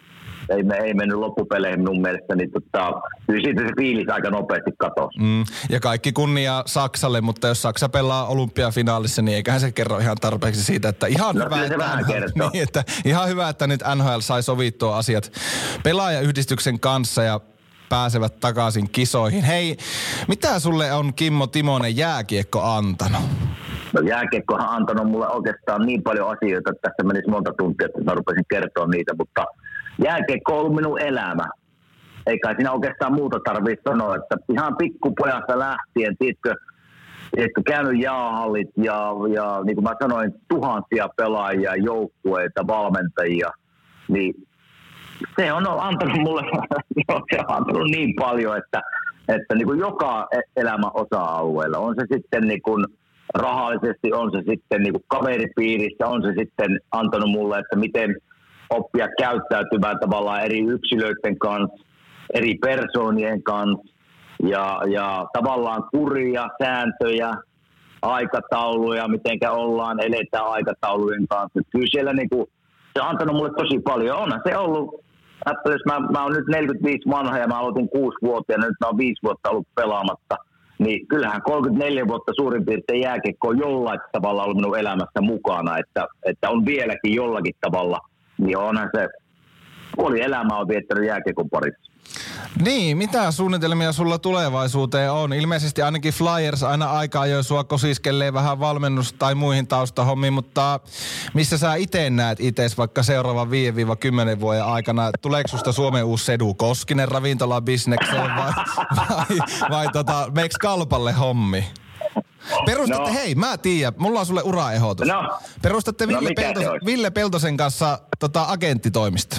ei, me, ei mennyt loppupeleihin mun mielestä, niin tota, kyllä siitä se fiilis aika nopeasti katosi. Mm, ja kaikki kunnia Saksalle, mutta jos Saksa pelaa olympiafinaalissa, niin eiköhän se kerro ihan tarpeeksi siitä, että ihan, no, hyvä, että, vähän niin, että ihan hyvä, että nyt N H L sai sovittua asiat pelaajayhdistyksen kanssa ja pääsevät takaisin kisoihin. Hei, mitä sulle on Kimmo Timonen jääkiekko antanut? No jääkiekkohan on antanut mulle oikeastaan niin paljon asioita, että tässä menisi monta tuntia, että mä rupesin kertoa niitä, mutta jääkiekko on ollut minun elämä. Eikä siinä oikeastaan muuta tarvitse sanoa, että ihan pikkupojasta lähtien, tiedätkö, tiedätkö käynyt jäähallit ja, ja niin kuin mä sanoin, tuhansia pelaajia, joukkueita, valmentajia, niin se on antanut mulle, se on antanut niin paljon, että, että niin kuin joka elämän osa-alueella, on se sitten niin kuin rahallisesti, on se sitten niin kuin kaveripiirissä, on se sitten antanut mulle, että miten oppia käyttäytymään tavallaan eri yksilöiden kanssa, eri persoonien kanssa ja, ja tavallaan kuria, sääntöjä, aikatauluja, mitenkä ollaan, eletään aikataulujen kanssa. Kyllä siellä niin kuin, se on antanut mulle tosi paljon. Onhan se ollut, mä, mä oon nyt neljäkymmentäviisi vanha ja mä aloitin kuusi-vuotiaana, nyt mä oon viisi vuotta ollut pelaamatta. Niin kyllähän kolmekymmentäneljä vuotta suurin piirtein jääkiekko on jollain tavalla ollut minun elämässä mukana, että, että on vieläkin jollakin tavalla, niin onhan se puoli elämää on viettänyt jääkiekon parissa. Niin, mitä suunnitelmia sulla tulevaisuuteen on? Ilmeisesti ainakin Flyers aina aika ajoin sua kosiskelee vähän valmennus- tai muihin taustahommiin, mutta missä sä itse näet itses vaikka seuraavan viisi kymmenen vuoden aikana? Tuleeko susta Suomen uusi Sedu Koskinen ravintolabisnekseen vai, vai, vai tota, meiks Kalpalle hommi? Perustatte, no. hei, mä tiedän, mulla on sulle uraehdotus. No. Perustatte Ville, no, Peltos, Ville Peltosen kanssa tota, agenttitoimista.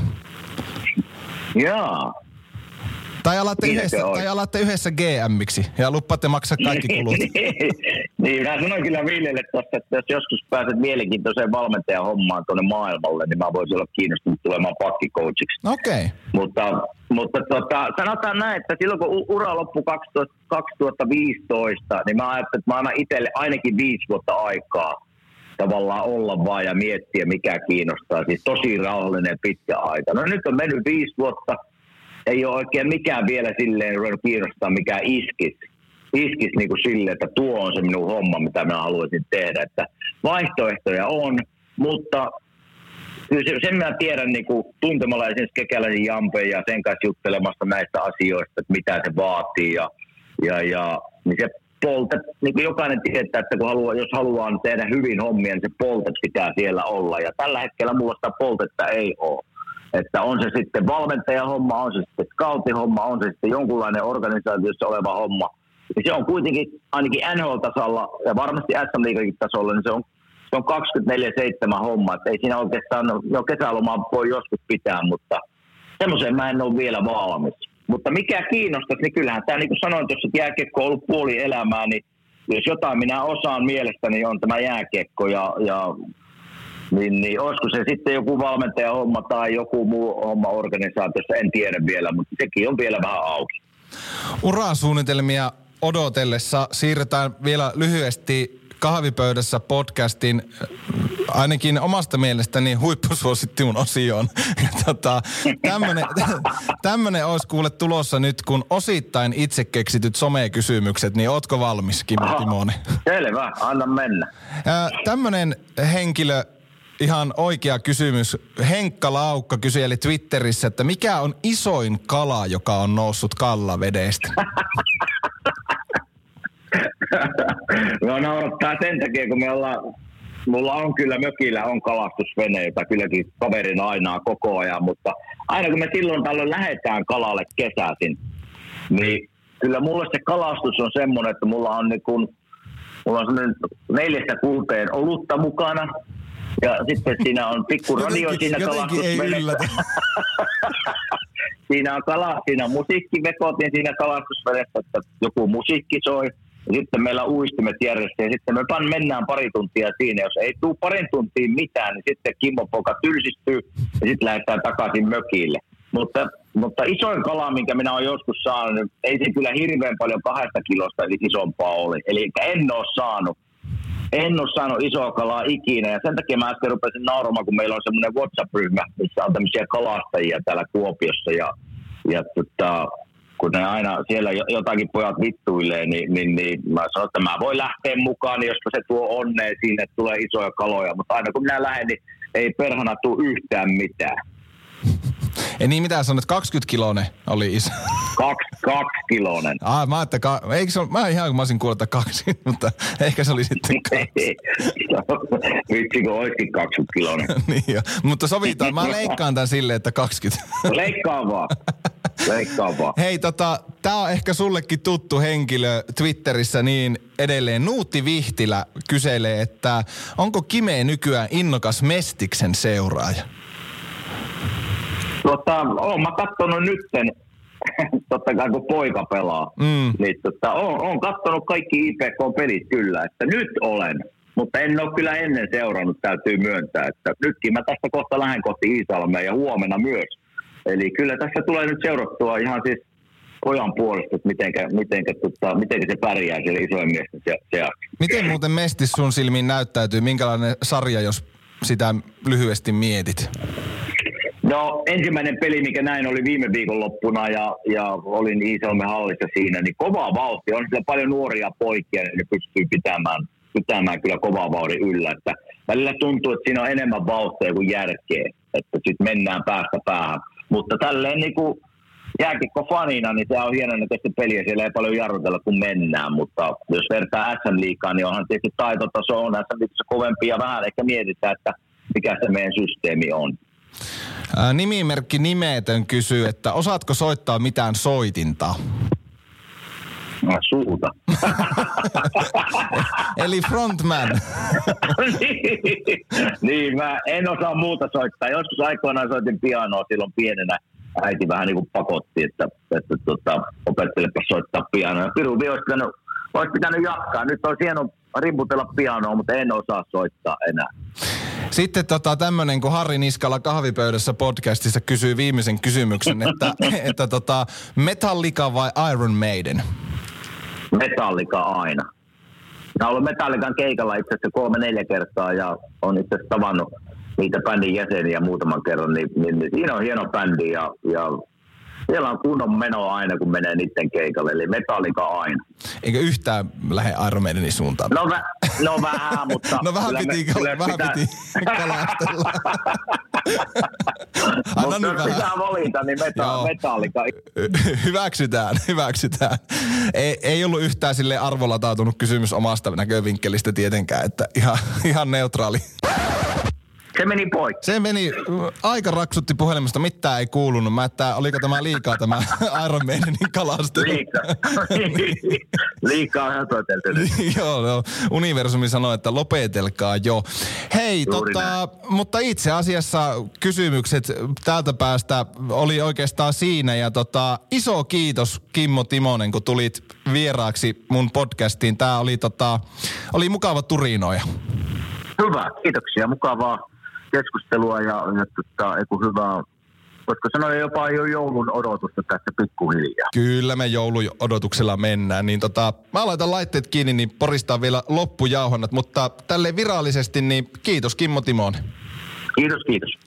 Jaa. Tai alatte, yhdessä, tai alatte yhdessä G M:ksi ja luppaatte maksaa kaikki kulut. Niin, mä sanoin kyllä Villelle tosta, että jos joskus pääset mielenkiintoiseen valmentajan hommaan tuonne maailmalle, niin mä voisin olla kiinnostunut tulemaan pakkikoachiksi. Okei. Okay. Mutta, mutta tota, sanotaan näin, että silloin kun ura loppui kaksituhattaviisitoista, niin mä ajattelin, että mä annan itselle ainakin viisi vuotta aikaa tavallaan olla vaan ja miettiä, mikä kiinnostaa. Siis tosi rauhallinen pitkä aika. No nyt on mennyt viisi vuotta. Ei ole oikein mikään vielä silleen ruvennut kiinnostaa, mikä iskisi. Iskisi niin kuin silleen, että tuo on se minun homma, mitä minä haluaisin tehdä. Että vaihtoehtoja on, mutta kyllä sen minä tiedän niin kuin tuntemalla esimerkiksi Kekäläisen Jampen ja sen kanssa juttelemassa näistä asioista, että mitä se vaatii. Ja, ja, ja niin se poltet, niin kuin jokainen tietää, että kun haluaa, jos haluaa tehdä hyvin hommia, niin se poltet pitää siellä olla. Ja tällä hetkellä mulla sitä poltetta ei ole. Että on se sitten valmentajahomma, on se sitten scoutihomma, on se sitten jonkunlainen organisaatiossa oleva homma. Ja se on kuitenkin ainakin N H L-tasolla ja varmasti S M-liigakin tasolla, niin se on, se on kaksikymmentäneljä seitsemän homma. Että ei siinä oikeastaan, no kesälomaa voi joskus pitää, mutta semmoiseen mä en ole vielä valmis. Mutta mikä kiinnostaisi, niin kyllähän tämä, niin kuin sanoin tuossa, että jääkiekko on ollut puoli elämää, niin jos jotain minä osaan mielestäni on tämä jääkiekko ja... ja Niin, niin olisiko se sitten joku valmentajahomma tai joku muu homma organisaatiossa, en tiedä vielä, mutta sekin on vielä vähän auki. Urasuunnitelmia odotellessa siirretään vielä lyhyesti Kahvipöydässä podcastin ainakin omasta mielestäni huippusuosittuun osioon. Tota, tämmönen, tämmönen olisi kuule tulossa nyt, kun osittain itse keksityt somekysymykset, niin ootko valmis, Kimmo Timonen? Selvä, anna mennä. Tämmönen henkilö, ihan oikea kysymys. Henkka Laukka kysyi eli Twitterissä, että mikä on isoin kala, joka on noussut Kallavedestä? No naurattaa sen takia, kun me ollaan, mulla on kyllä mökillä on kalastusvene, jota kylläkin kaverin aina koko ajan, mutta aina kun me silloin tällöin lähdetään kalalle kesäisin, niin kyllä mulle se kalastus on semmoinen, että mulla on niin kun, mulla on semmoinen neljästä kuuteen olutta mukana, ja sitten siinä on pikku radio siinä kalastusveneessä. Siinä on kala, siinä on musiikkivekot, niin siinä kalastusveneessä, että joku musiikki soi. Ja sitten meillä on uistimet järjestä ja sitten me pan, mennään pari tuntia siinä. Jos ei tule parin tuntiin mitään, niin sitten Kimmo poika tylsistyy ja sitten lähdetään takaisin mökille. Mutta, mutta isoin kala, minkä minä olen joskus saanut, niin ei se kyllä hirveän paljon kahdesta kilosta eli isompaa oli. Eli en ole saanut. En ole saanut isoa kalaa ikinä ja sen takia mä äsken rupesin nauramaan, kun meillä on semmoinen WhatsApp-ryhmä, missä on tämmöisiä kalastajia täällä Kuopiossa ja, ja tota, kun ne aina siellä jotakin pojat vittuilee, niin, niin, niin mä sanon, että mä voin lähteä mukaan, niin jospa se tuo onnea sinne, että tulee isoja kaloja, mutta aina kun minä lähden, niin ei perhana tule yhtään mitään. Ei niin mitään sanoit, kaksikymmentä kiloinen oli iso. Kaksi, kaksi kiloinen. Ah, mä että ka- eikö se ole, mä ihan kun mä olisin kuullut, että kaksi, mutta ehkä se oli sitten kaksi. Vitsi, kun olisikin kaksikymmentä kiloinen. Niin jo, mutta sovitaan, mä leikkaan tämän silleen, että kaksikymmentä. Leikkaa vaan. Leikkaa vaan. Hei, tota, tää on ehkä sullekin tuttu henkilö Twitterissä niin edelleen. Nuutti Vihtilä kyselee, että onko Kime nykyään innokas Mestiksen seuraaja? Tota, oon mä kattonut nytten, totta kai kun poika pelaa, mm. niin tota, oon, oon kattonut kaikki I P K-pelit kyllä, että nyt olen. Mutta en ole kyllä ennen seurannut, täytyy myöntää, että nytkin mä tästä kohta lähden kohti Iisalmea ja huomenna myös. Eli kyllä tässä tulee nyt seurattua ihan siis pojan puolesta, että mitenkä, mitenkä, tota, mitenkä se pärjää siellä isojen miesten seassa. Miten muuten Mestis sun silmiin näyttäytyy? Minkälainen sarja, jos sitä lyhyesti mietit? No ensimmäinen peli, mikä näin oli viime viikonloppuna ja, ja olin Iisalmen hallissa siinä, niin kovaa vauhtia. On siellä paljon nuoria poikia, niin ne pystyy pitämään, pitämään kyllä kovaa vauhdin yllä. Että välillä tuntuu, että siinä on enemmän vauhtia kuin järkeä, että sitten mennään päästä päähän. Mutta tälleen niin kuin jääkikko-fanina, niin se on hieno näköistä peliä. Siellä ei paljon jarrutella, kun mennään. Mutta jos vertaa S M-liigaan, niin onhan tietysti taitotaso on S M-liigassa kovempi ja vähän ehkä mietitään, että mikä se meidän systeemi on. Ää, nimimerkki Nimetön kysyy, että osaatko soittaa mitään soitinta? No, suuta. Eli frontman. niin, niin, mä en osaa muuta soittaa. Joskus aikoinaan soitin pianoa silloin pienenä. Äiti vähän niin kuin pakotti, että, että tota, opettelepa soittaa pianoa. Piruvi olisi pitänyt, olisi pitänyt jatkaa. Nyt olisi hieno rimputella pianoa, mutta en osaa soittaa enää. Sitten tota, tämmöinen, kun Harri Niskala kahvipöydässä podcastissa kysyy viimeisen kysymyksen, että, että tota, Metallica vai Iron Maiden? Metallica aina. Mä olen Metallican keikalla itse asiassa kolme neljä kertaa ja on itse asiassa tavannut niitä bändin jäseniä muutaman kerran, niin, niin, niin siinä on hieno bändi ja, ja siellä on kunnon meno aina, kun menee niiden keikalle, eli Metallica aina. Eikö yhtään lähde Iron Maidenin suuntaan? No, vä, no vähän, mutta... no vähän piti, me, kal- vähän pitää... piti kalastella. Mutta jos pitää valita, niin meta- Metallica. Hyväksytään, hyväksytään. Ei, ei ollut yhtään sille arvolatautunut kysymys omasta näkövinkkelistä tietenkään, että ihan, ihan neutraali. Se meni poikki. Se meni, aika raksutti puhelimesta, mitään ei kuulunut. Mä että oliko tämä liikaa tämä Iron Maidenin kalastelu. Liikaa. Liikaa on soiteltu. Joo, no, universumi sanoi, että lopetelkaa jo. Hei, tota, mutta itse asiassa kysymykset täältä päästä oli oikeastaan siinä. Ja tota, iso kiitos Kimmo Timonen, kun tulit vieraaksi mun podcastiin. Tää oli, tota, oli mukava turinoja. Hyvä, kiitoksia. Mukavaa keskustelua ja, ja tota, eiku hyvää, koska sanoin jopa jo joulun odotusta tässä pikkuhiljaa. Kyllä me joulun odotuksella mennään, niin tota, mä laitan laitteet kiinni, niin poristaa vielä loppujauhonnat, mutta tälleen virallisesti, niin kiitos Kimmo Timonen. Kiitos, kiitos.